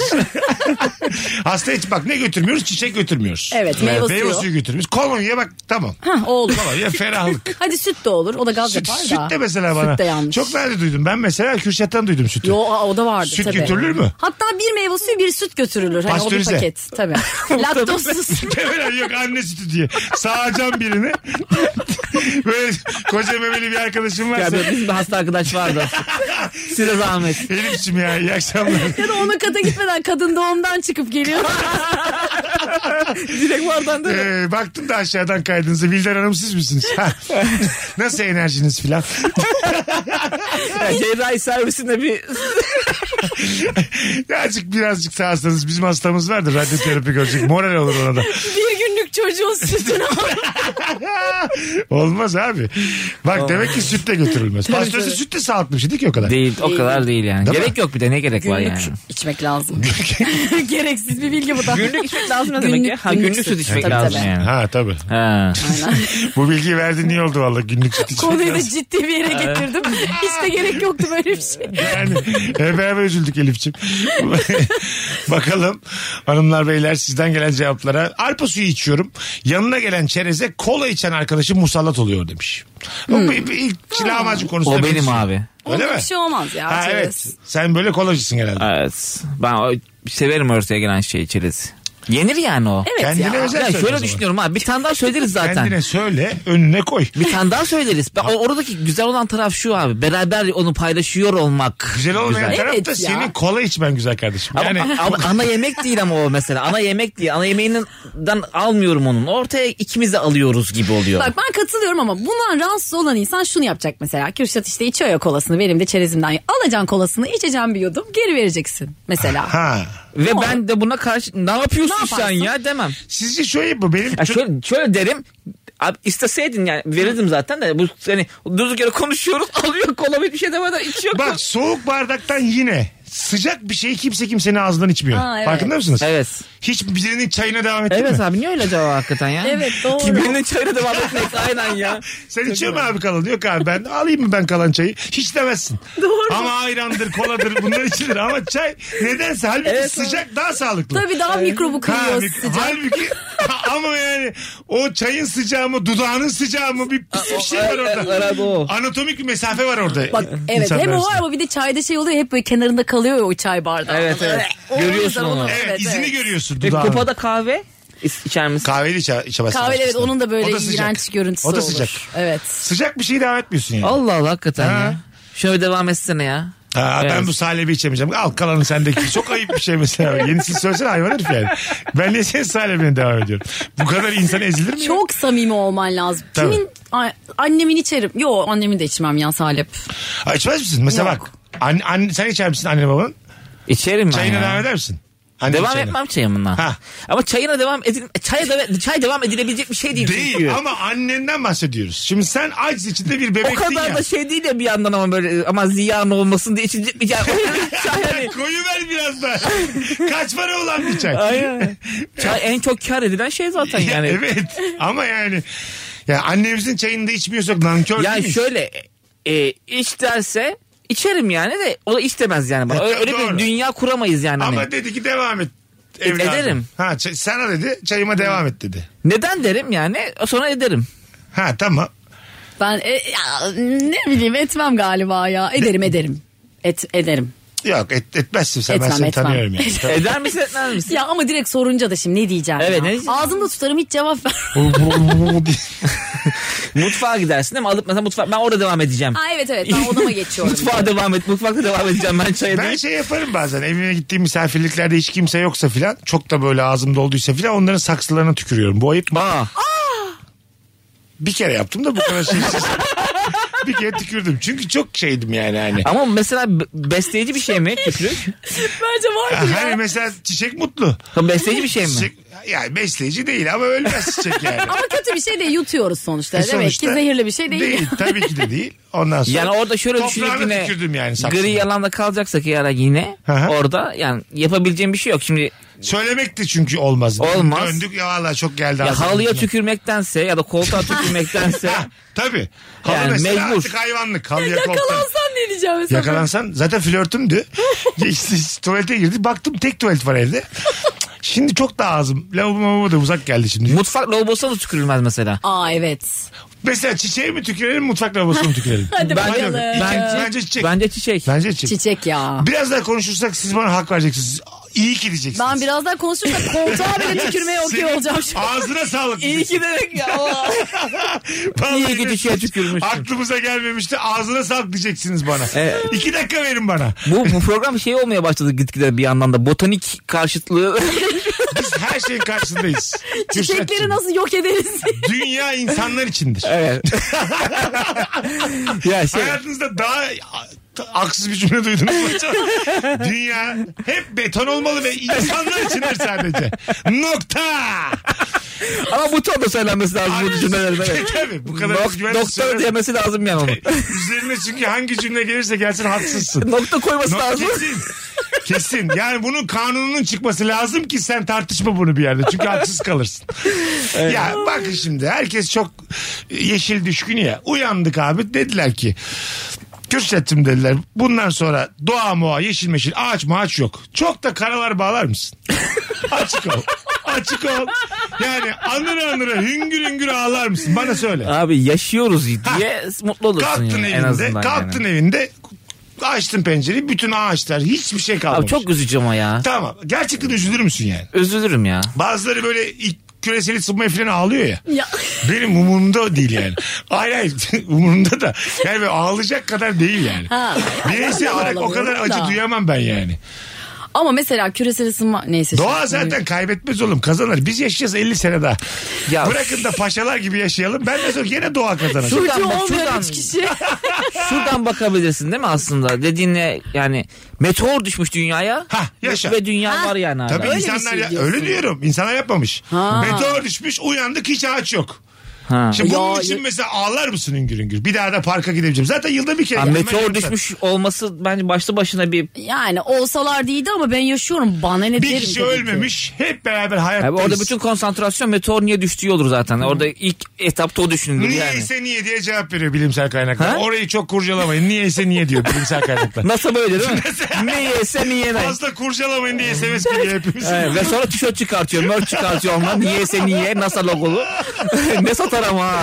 Hasta hiç bak ne götürmüyoruz çiçek götürmüyoruz. Evet, meyve suyu. suyu götürmüyoruz. Kolonya bak tamam. Hah o olur. Kolonya ferahlık. Hadi süt de olur. O da gaz yapar da. Süt de mesela bana. Süt de yanlış. Çok nerede duydum. Ben mesela Kürşat'tan duydum sütü. Yo o da vardı Süt tabii. götürülür mü? Hatta bir meyve suyu bir süt götürülür. Hani o bir Pastörize. paket tabii. Laktozsuz. Demeler yok anne sütü diye. Sağacağım birini. Böyle koca memeli bir arkadaşım varsa. Ya bizim bir hasta arkadaş vardı. Size zahmet. Elif'ciğim ya iyi akşamlar. Ya da ona kata gitmeden kadın doğumdan çıkıp geliyor. Direkt vardan değil mi? Baktım da aşağıdan kaydınıza. Vildan Hanım siz misiniz? Ha. Nasıl enerjiniz filan? Ya, cerrahi servisinde bir... Birazcık sağsanız bizim hastamız vardır. Radyoterapi görecek. Moral olur ona da. Bir günlük çocuğun sütünü Olmaz abi. Bak demek ki süt de götürülmez. Pastörize süt de sağlıklı bir şey değil ki o kadar. Değil o kadar değil yani. Değil Gerek mi? yok bir de ne gerek var günlük yani. içmek lazım. Gereksiz bir bilgi bu da. Günlük içmek lazım ne demek ya? Ha, günlük süt içmek Tabii, lazım tabii. yani. Ha tabii. Ha. Bu bilgiyi verdin iyi oldu valla. Günlük süt içmek Konuyu da lazım. ciddi bir yere getirdim. Hiç de gerek yoktu böyle bir şey. Yani beraber üzüldük Elif'ciğim. Bakalım hanımlar beyler sizden gelen cevaplara. Arpa suyu içiyorum. Yanına gelen çereze kola içen arkadaşım musallat oluyor demiş. O ilk lahmacun konusu. O benim abi. Öyle Onda mi? bir şey olmaz ya. Ha, evet. çerez. Sen böyle kolacısın herhalde. Evet. Ben severim ortaya gelen çerez. Yenir yani o. Evet Kendine ya. özel Ya söyle o şöyle zaman. düşünüyorum abi. Bir tane daha söyleriz zaten. Kendine söyle önüne koy. Bir tane daha söyleriz. Oradaki güzel olan taraf şu abi. Beraber onu paylaşıyor olmak. Güzel olmayan taraf Evet da ya. senin kola içmen güzel kardeşim. Yani Ama ana yemek değil ama o mesela. Ana yemek değil. Ana yemeğinden almıyorum onun. Ortaya ikimiz de alıyoruz gibi oluyor. Bak ben katılıyorum ama bundan rahatsız olan insan şunu yapacak mesela. Kürşat işte içiyor ya kolasını benim de çerezimden. Alacaksın kolasını içeceğim bir yudum geri vereceksin mesela. ha. Ve ben de buna karşı ne yapıyorsun Ne sen yaparsın? ya demem. Sizce şöyle bu benim Ya şöyle derim. Abi isteseydin yani verirdim zaten de bu hani durduk yere konuşuyoruz alıyor kola bir şey demeden içiyor. bak soğuk bardaktan yine sıcak bir şeyi kimse kimsenin ağzından içmiyor. Ha, evet. Farkında mısınız? Evet. Hiç birinin çayına devam ettin Evet mi? abi niye öyle acaba hakikaten ya? Evet, doğru. Ki birinin çayına devam etmek aynen ya. Sen içiyor musun abi kalan? Yok abi ben alayım mı ben kalan çayı? Hiç demezsin. Doğru. Ama ayrandır, koladır bunlar içilir. Ama çay nedense halbuki Evet, sıcak daha sağlıklı. Tabii daha mikrobu kırıyor sıcak. Halbuki ama yani o çayın sıcağı mı dudağının sıcağı mı bir pis bir şey var orada. Herhalde o. Anatomik bir mesafe var orada. Bak evet İnsanlar hem o var arasında. ama bir de çayda şey oluyor hep böyle kenarında kalıyor ya o çay bardağı. Evet, evet. O Görüyorsun yüzden onu. Evet, izini görüyorsun Ve dudağının. kupada kahve içer misin? Kahveli içemezsin. Kahve evet başkasına. onun da böyle O da sıcak. iğrenç görüntüsü O da olur. sıcak. Evet. Sıcak bir şey devam etmiyorsun yani. Allah Allah hakikaten Ha. ya. Şöyle devam etsene ya. Ben bu salebi içemeyeceğim. Al kalanı sendeki. Çok ayıp bir şey mesela. Yenisini söylesene hayvan herif yani. Ben niye senin salebine devam ediyorum? Bu kadar insan ezilir mi? Çok samimi olman lazım. Tabii. Kimin annemin içerim. Yo annemin de içmem ya salep. İçmez misin? Mesela Yok. bak. Sen içer misin anne babanın? İçerim ben Çayına ya. devam eder misin? Devam etmem çayımına. Ha. Ama çayına çay devam edilebilecek bir şey değil. Değil çünkü. ama annenden bahsediyoruz. Şimdi sen aciz içinde bir bebektin O kadar ya. da şey değil de bir yandan ama böyle ama ziyan olmasın diye içilecek bir çay. Koyuver biraz da. Kaç para olan bir çay? Aynen. Çay en çok kar edilen şey zaten yani. Evet ama yani annemizin çayını da içmiyorsak nankör değil Yani miyiz? şöyle iç derse içerim yani de o da istemez yani bana. Öyle Doğru. bir dünya kuramayız yani. Ama hani. dedi ki devam et. Evladım. Ederim. Sana dedi çayıma devam et dedi. Neden derim yani sonra ederim. Tamam. Ben ne bileyim etmem galiba ya. Ederim. Ederim. Yok etmezsin sen. Ben Etmem, seni etmem. tanıyorum yani. Eder misin etmez misin? Ya ama direkt sorunca da şimdi ne diyeceğim Evet, ya? ne diyeceğim? Ağzımda tutarım hiç cevap ver. Mutfağa gidersin değil mi? Alıp mesela ben orada devam edeceğim. Evet ben odama geçiyorum. Mutfağa devam et. Mutfakta devam edeceğim ben çaya Ben değil. şey yaparım bazen evime gittiğim misafirliklerde hiç kimse yoksa filan çok da böyle ağzımda olduysa filan onların saksılarına tükürüyorum. Bu ayıp mı? Bir kere yaptım da bu kadar şeysiz. Bir kere tükürdüm. Çünkü çok şeydim yani hani. Ama mesela besleyici bir şey mi tükürük? Bence vardır ya. Hani mesela çiçek mutlu. Besleyici bir şey mi? Çiçek, yani besleyici değil ama ölmez çiçek yani. Ama kötü bir şey de yutuyoruz sonuçta. Demek Sonuçta ki zehirli bir şey değil. Değil tabii ki de değil. Ondan sonra Yani orada şöyle düşünüp toprağına yine tükürdüm yani saksına. gri alanda kalacaksak eğer yine orada yani yapabileceğim bir şey yok. Şimdi Söylemek de çünkü olmaz. Olmaz. Döndük ya valla çok geldi. ya halıya ağzımıza. tükürmektense ya da koltuğa tükürmektense Tabii. Halı Yani mesela mecbur. artık hayvanlık. Halıya koltuğa. Yakalansan ne diyeceğim mesela? Yakalansan zaten flörtümdü. İşte tuvalete girdi. Baktım tek tuvalet var evde. Şimdi çok da ağzım. Lavabo da uzak geldi şimdi. mutfak lavabosuna da tükürülmez mesela. Evet. Mesela çiçeğe mi tükürelim mutfak lavabosuna mı tükürelim? Hadi Bence, bakalım. Bence çiçek. Bence çiçek. Bence çiçek. Çiçek ya. Biraz daha konuşursak siz bana hak vereceksiniz. İyi ki diyeceksiniz. Ben biraz daha konuşursam koltuğa bile tükürmeye okey Senin olacağım şu an. Ağzına sağlık. İyi ki demek ya. Vallahi İyi ki çiçeğe tükürmüşsün. Aklımıza gelmemişti. Ağzına sağlık diyeceksiniz bana. Evet. 2 dakika verin bana. Bu program şey olmaya başladı gitgide bir yandan da botanik karşıtlığı. Biz her şeyin karşısındayız. Çiçekleri Kürşatçığım. nasıl yok ederiz? Dünya insanlar içindir. Evet. ya şey Hayatınızda daha haksız bir cümle duydunuz mu? Dünya hep beton olmalı ve insanlar içindir sadece. Nokta. ama bu tonda söylenmesi lazım bu cümlelerin. Evet. Tabii bu kadar özgüvenli Doktor söylerim. diyemesi lazım yani onu. Üzerine çünkü hangi cümle gelirse gelsin haksızsın. Nokta koyması lazım. Kesin. Kesin. Yani bunun kanununun çıkması lazım ki sen tartışma bunu bir yerde. Çünkü haksız kalırsın. Ya bakın şimdi herkes çok yeşil düşkün ya. Uyandık abi dediler ki Kürşat'cığım dediler bundan sonra doğa moğa yeşil meşil ağaç mağaç yok. Çok da karalar bağlar mısın? Açık ol. Açık ol. Yani anıra anıra hüngür hüngür ağlar mısın? Bana söyle. Abi yaşıyoruz diye mutlu olursun Kalktın yani, en evinde. azından. Kalktın yani. evinde. Açtın pencereyi. Bütün ağaçlar. Hiçbir şey kalmamış. Abi çok üzücü ama ya. Tamam. Gerçekten üzülür müsün yani? Üzülürüm ya. Bazıları böyle ilk küresel ısınmaya falan ağlıyor ya. Ya. Benim umurumda değil yani. Hayır umurumda da. Yani böyle ağlayacak kadar değil yani. Ha. Bireysel Ben de olarak o kadar ağlamıyorum acı da. duyamam ben yani. Ama mesela küresel ısınma neyse. Doğa şimdi. zaten kaybetmez oğlum kazanır. Biz yaşayacağız 50 sene daha. Ya. Bırakın da paşalar gibi yaşayalım. Ben de sonra yine doğa kazanacak. Çocuğu Şuradan bak, olmayan şuradan. 3 kişi. Şuradan bakabilirsin değil mi aslında? Dediğinle yani meteor düşmüş dünyaya. Hah, yaşa. Ve dünya var yani hala. Tabii Öyle bir insanlar şey ya, diyorsun. öyle diyorum. İnsanlar yapmamış. Ha. Meteor düşmüş uyandık hiç ağaç yok. Ha. Şimdi bunun Ya, için mesela ağlar mısın hüngür hüngür? Bir daha da parka gidebileceğim. Zaten yılda bir kere. Ha, hemen meteor yapsam. düşmüş olması bence başlı başına bir... Yani olsalar değildi ama ben yaşıyorum. Bana ne Bir derim kişi tabii ki. ölmemiş. Hep beraber hayattayız. Abi orada bütün konsantrasyon meteor niye düştüğü olur zaten. Orada ilk etapta o düşünülür yani. Niyeyse niye diye cevap veriyor bilimsel kaynaklar. Ha? Orayı çok kurcalamayın. Niyeyse niye diyor bilimsel kaynaklar. Nasıl böyle değil mi? Niyeyse niye ne? Fazla kurcalamayın diye SMS geliyor hepimiz. Evet, ve sonra tişört çıkartıyor, merch çıkartıyor onlar. Niyeyse niye? NASA logolu. Ne satar ama ha.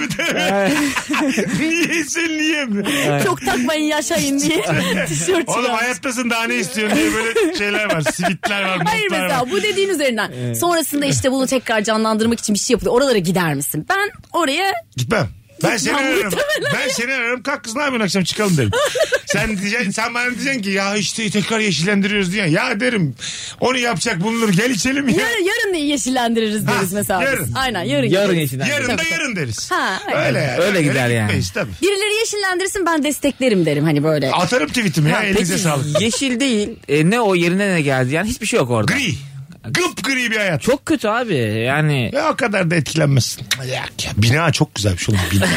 Niyeyse niye mi? Çok takmayın yaşayın diye tişört Oğlum çıkar. hayattasın daha ne istiyorsun diye böyle şeyler var. Sivitler var, Hayır montlar var. mesela bu dediğin üzerinden. Sonrasında işte bunu tekrar canlandırmak için bir şey yapılıyor. Oralara gider misin? Ben oraya Gitmem. Ben seni Gitmem ararım. muhtemelen. Ben seni ararım. Kalk kız ne yapıyorsun akşam çıkalım derim. Sen bana diyeceksin ki ya işte tekrar yeşillendiriyoruz diye. Ya derim onu yapacak bulunur gel içelim ya. Yarın yeşillendiririz deriz mesela. Yarın. Aynen yarın yeşillendiririz. Yarın da yarın deriz. Ha, öyle yani. Öyle gider yani. Tabii. Birileri yeşillendirsin ben desteklerim derim hani böyle. Atarım tweetimi ya elinize sağlık. Yeşil değil. Ne o yerine ne geldi yani hiçbir şey yok orada. Gri. Gıpgri bir hayat. Çok kötü abi yani. Ya o kadar da etkilenmezsin. Ya, bina çok güzelmiş oğlum bina.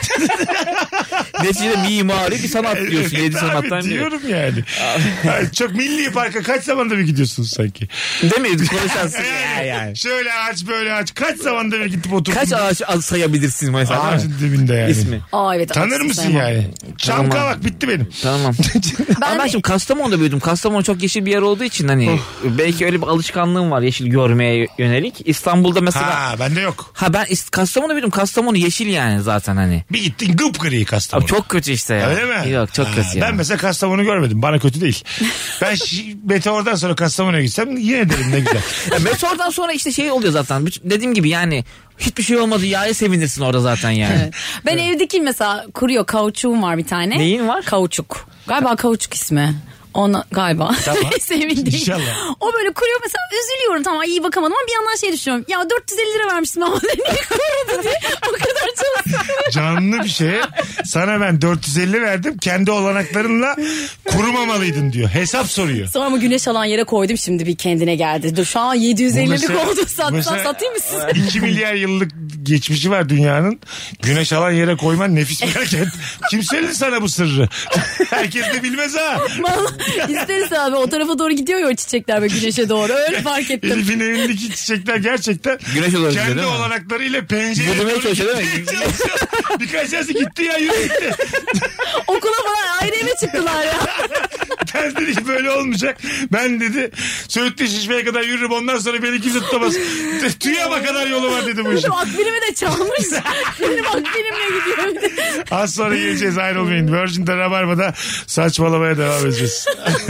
Neticede mimari bir sanat diyorsun. Yedi sanattan biri. Diyorum yani. Çok milli parka kaç zamanda bir gidiyorsunuz sanki? Değil mi? Konuşansın yani. Şöyle ağaç böyle ağaç. Kaç zamanda bir gidip oturdun? Kaç ağaç sayabilirsin mesela? Ağacın dibinde yani. İsmi. Aa, evet, tanır mısın yani? Çamkalak bitti benim. Tamam. Ama ben şimdi Kastamonu'da büyüdüm. Kastamonu çok yeşil bir yer olduğu için hani belki öyle bir alışkanlığım var yeşil görmeye yönelik. İstanbul'da mesela. Ha bende yok. Ben Kastamonu'da büyüdüm. Kastamonu yeşil yani zaten hani. Bir gittin gıpgri Kastamonu. Abi çok kötü işte ya. Öyle mi? Yok çok kötü ya. Ben mesela Kastamonu görmedim. Bana kötü değil. Ben Meteor'dan sonra Kastamonu'ya gitsem yine derim ne güzel. Meteor'dan sonra işte şey oluyor zaten. Dediğim gibi yani hiçbir şey olmadı ya'ya sevinirsin orada zaten yani. Evet. Ben evdeki mesela kuruyor kauçuğum var bir tane. Neyin var? Kauçuk. Galiba kauçuk ismi. Ona galiba. Tamam. Sevin değil. İnşallah. O böyle kuruyor mesela üzülüyorum tamam iyi bakamadım ama bir yandan şey düşünüyorum. Ya 450 lira vermiştim ama niye kurudu diye o kadar çalıştım. Canlı bir şeye sana ben 450 verdim kendi olanaklarınla kurumamalıydın diyor. Hesap soruyor. Sonra mı güneş alan yere koydum şimdi bir kendine geldi. Dur şu an 750'lik oldu satayım mı size? 2 milyar yıllık geçmişi var dünyanın. Güneş alan yere koyman nefis bir hareket. Kim söyledi sana bu sırrı? Herkes de bilmez ha. Vallahi İsterse abi o tarafa doğru gidiyor ya o çiçekler böyle güneşe doğru. Öyle fark ettim. Elif'in evindeki çiçekler gerçekten güneş olur kendi değil mi? olanaklarıyla pencereye Budumaya doğru çalışıyor değil mi? Birkaç tanesi gitti ya yürü gitti. Okula falan ayrı eve çıktılar ya. Ters dedi ki böyle olmayacak. Ben dedi Söğütlü Şişme'ye kadar yürürüm ondan sonra beni kimse tutamaz. TÜYAP'a kadar yolu var dedi bu işin. Akbilimi de çalmış. Benim akbilimle gidiyor. Az sonra geleceğiz ayrılmayın. Virgin'de Rabarba'da saçmalamaya devam edeceğiz.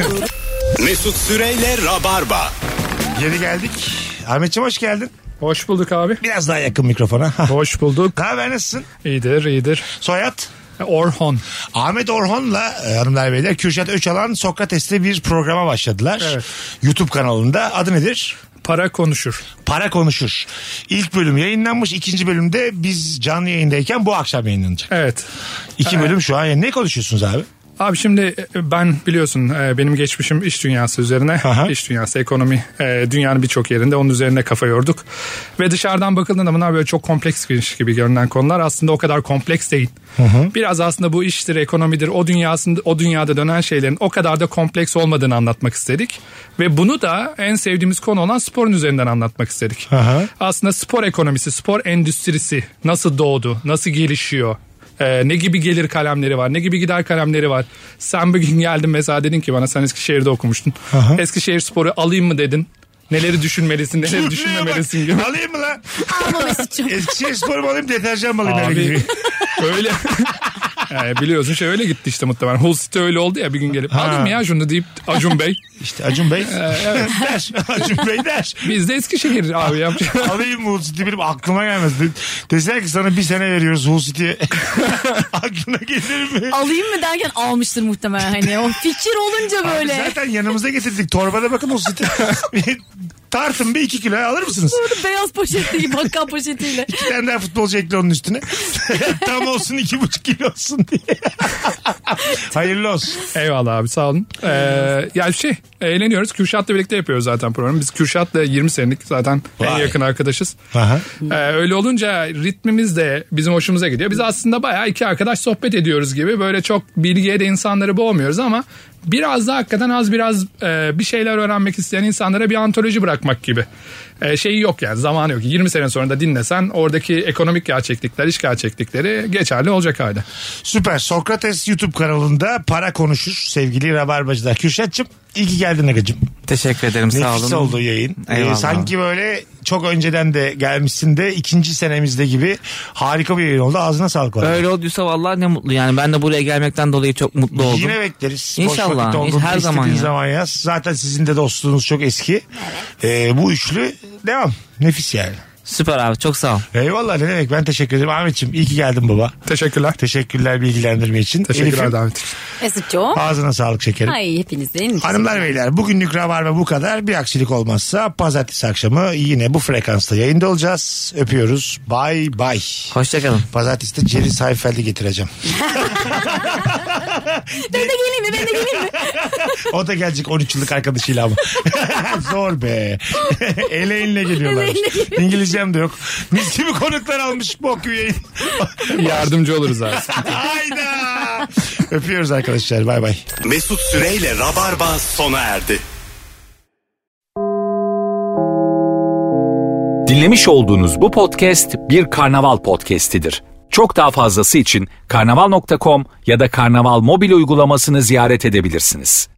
Mesut Süreyle Rabarba. Geri geldik. Ahmetciğim hoş geldin. Hoş bulduk abi. Biraz daha yakın mikrofona. Hoş bulduk. Ne haber nasılsın? İyidir. Soyad? Orhon. Ahmet Orhon'la hanımlar beyler Kürşat Öçalan Sokrates'te bir programa başladılar. Evet. YouTube kanalında. Adı nedir? Para konuşur. Para konuşur. İlk bölüm yayınlanmış. İkinci bölümde biz canlı yayındayken bu akşam yayınlanacak. Evet. 2 bölüm şu an. Ne konuşuyorsunuz abi? Abi şimdi ben biliyorsun benim geçmişim iş dünyası üzerine. Aha. İş dünyası, ekonomi, dünyanın birçok yerinde onun üzerine kafa yorduk. Ve dışarıdan bakıldığında bunlar böyle çok kompleks gibi görünen konular aslında o kadar kompleks değil. Biraz aslında bu iştir, ekonomidir, o dünyada dönen şeylerin o kadar da kompleks olmadığını anlatmak istedik. Ve bunu da en sevdiğimiz konu olan sporun üzerinden anlatmak istedik. Aslında spor ekonomisi, spor endüstrisi nasıl doğdu, nasıl gelişiyor? Ne gibi gelir kalemleri var, ne gibi gider kalemleri var. Sen bir gün geldin mesela dedin ki bana sen Eskişehir'de okumuştun. Eskişehir Sporu alayım mı dedin. Neleri düşünmelisin, neleri düşünmemelisin gibi. Alayım mı lan? Alma Mesut'cum. Eskişehir Sporu mu alayım, deterjan mı alayım? Abi öyle. Biliyorsun şey öyle gitti işte muhtemelen. Hull City öyle oldu ya bir gün gelip. Alayım mı ya şunu deyip Acun Bey. İşte Acun Bey evet. der. Acun Bey der. Biz de Eskişehir abi yapacağız. Alayım mı Hull City benim aklıma gelmez. Deseler ki sana 1 sene veriyoruz Hull City'ye. Aklına gelir mi? Alayım mı derken almıştır muhtemelen hani o fikir olunca böyle. Abi zaten yanımıza getirdik. Torbada bakın Hull City. Tartın bir 2 kilo alır mısınız? Burada beyaz poşetli bakkal poşetiyle. 2 tane daha futbolcu ekle onun üstüne. Tam olsun 2,5 kilo olsun diye. Hayırlı olsun. Eyvallah abi sağ olun. Yani eğleniyoruz. Kürşat'la birlikte yapıyoruz zaten programı. Biz Kürşat'la 20 senelik zaten en yakın arkadaşız. Öyle olunca ritmimiz de bizim hoşumuza gidiyor. Biz aslında bayağı 2 arkadaş sohbet ediyoruz gibi. Böyle çok bilgiye de insanları boğmuyoruz ama biraz da hakikaten biraz bir şeyler öğrenmek isteyen insanlara bir antoloji bırakmak gibi. Şeyi yok yani zamanı yok. 20 sene sonra da dinlesen oradaki ekonomik gerçeklikler, iş gerçeklikleri geçerli olacak halde. Süper. Sokrates YouTube kanalında para konuşur sevgili Rabarbacılar. Kürşat'cığım iyi ki geldin Agacığım. Teşekkür ederim sağ olun. Nefis oldu yayın. Sanki böyle çok önceden de gelmişsin de 2. senemizde gibi harika bir yayın oldu. Ağzına sağlık var. Öyle olduysa vallahi ne mutlu yani. Ben de buraya gelmekten dolayı çok mutlu oldum. Yine bekleriz. İnşallah. Her zaman yaz. Zaten sizin de dostluğunuz çok eski. Bu üçlü devam. Nefis yani. Süper abi çok sağ ol. Eyvallah ne demek ben teşekkür ederim. Ahmetciğim iyi ki geldin baba. Teşekkürler. Teşekkürler bilgilendirme için. Teşekkürler davet için. Mesut'cuğum. Ağzına sağlık şekerim. Ay hepinizin. Hanımlar beyler bugünlük Rabarba bu kadar. Bir aksilik olmazsa pazartesi akşamı yine bu frekansta yayında olacağız. Öpüyoruz. Bay bay. Hoşçakalın. Pazartesi de Jerry Seinfeld'i getireceğim. Ben de geleyim mi? O da gelecek 13 yıllık arkadaşıyla ama. Zor be. Elein'le geliyorlar. İngilizcem de yok. Mis gibi konuklar almış bu yayın. Yardımcı oluruz abi. Hayda. Öpüyoruz arkadaşlar. Bay bay. Mesut Süreyle Rabarba sona erdi. Dinlemiş olduğunuz bu podcast bir karnaval podcastidir. Çok daha fazlası için karnaval.com ya da karnaval mobil uygulamasını ziyaret edebilirsiniz.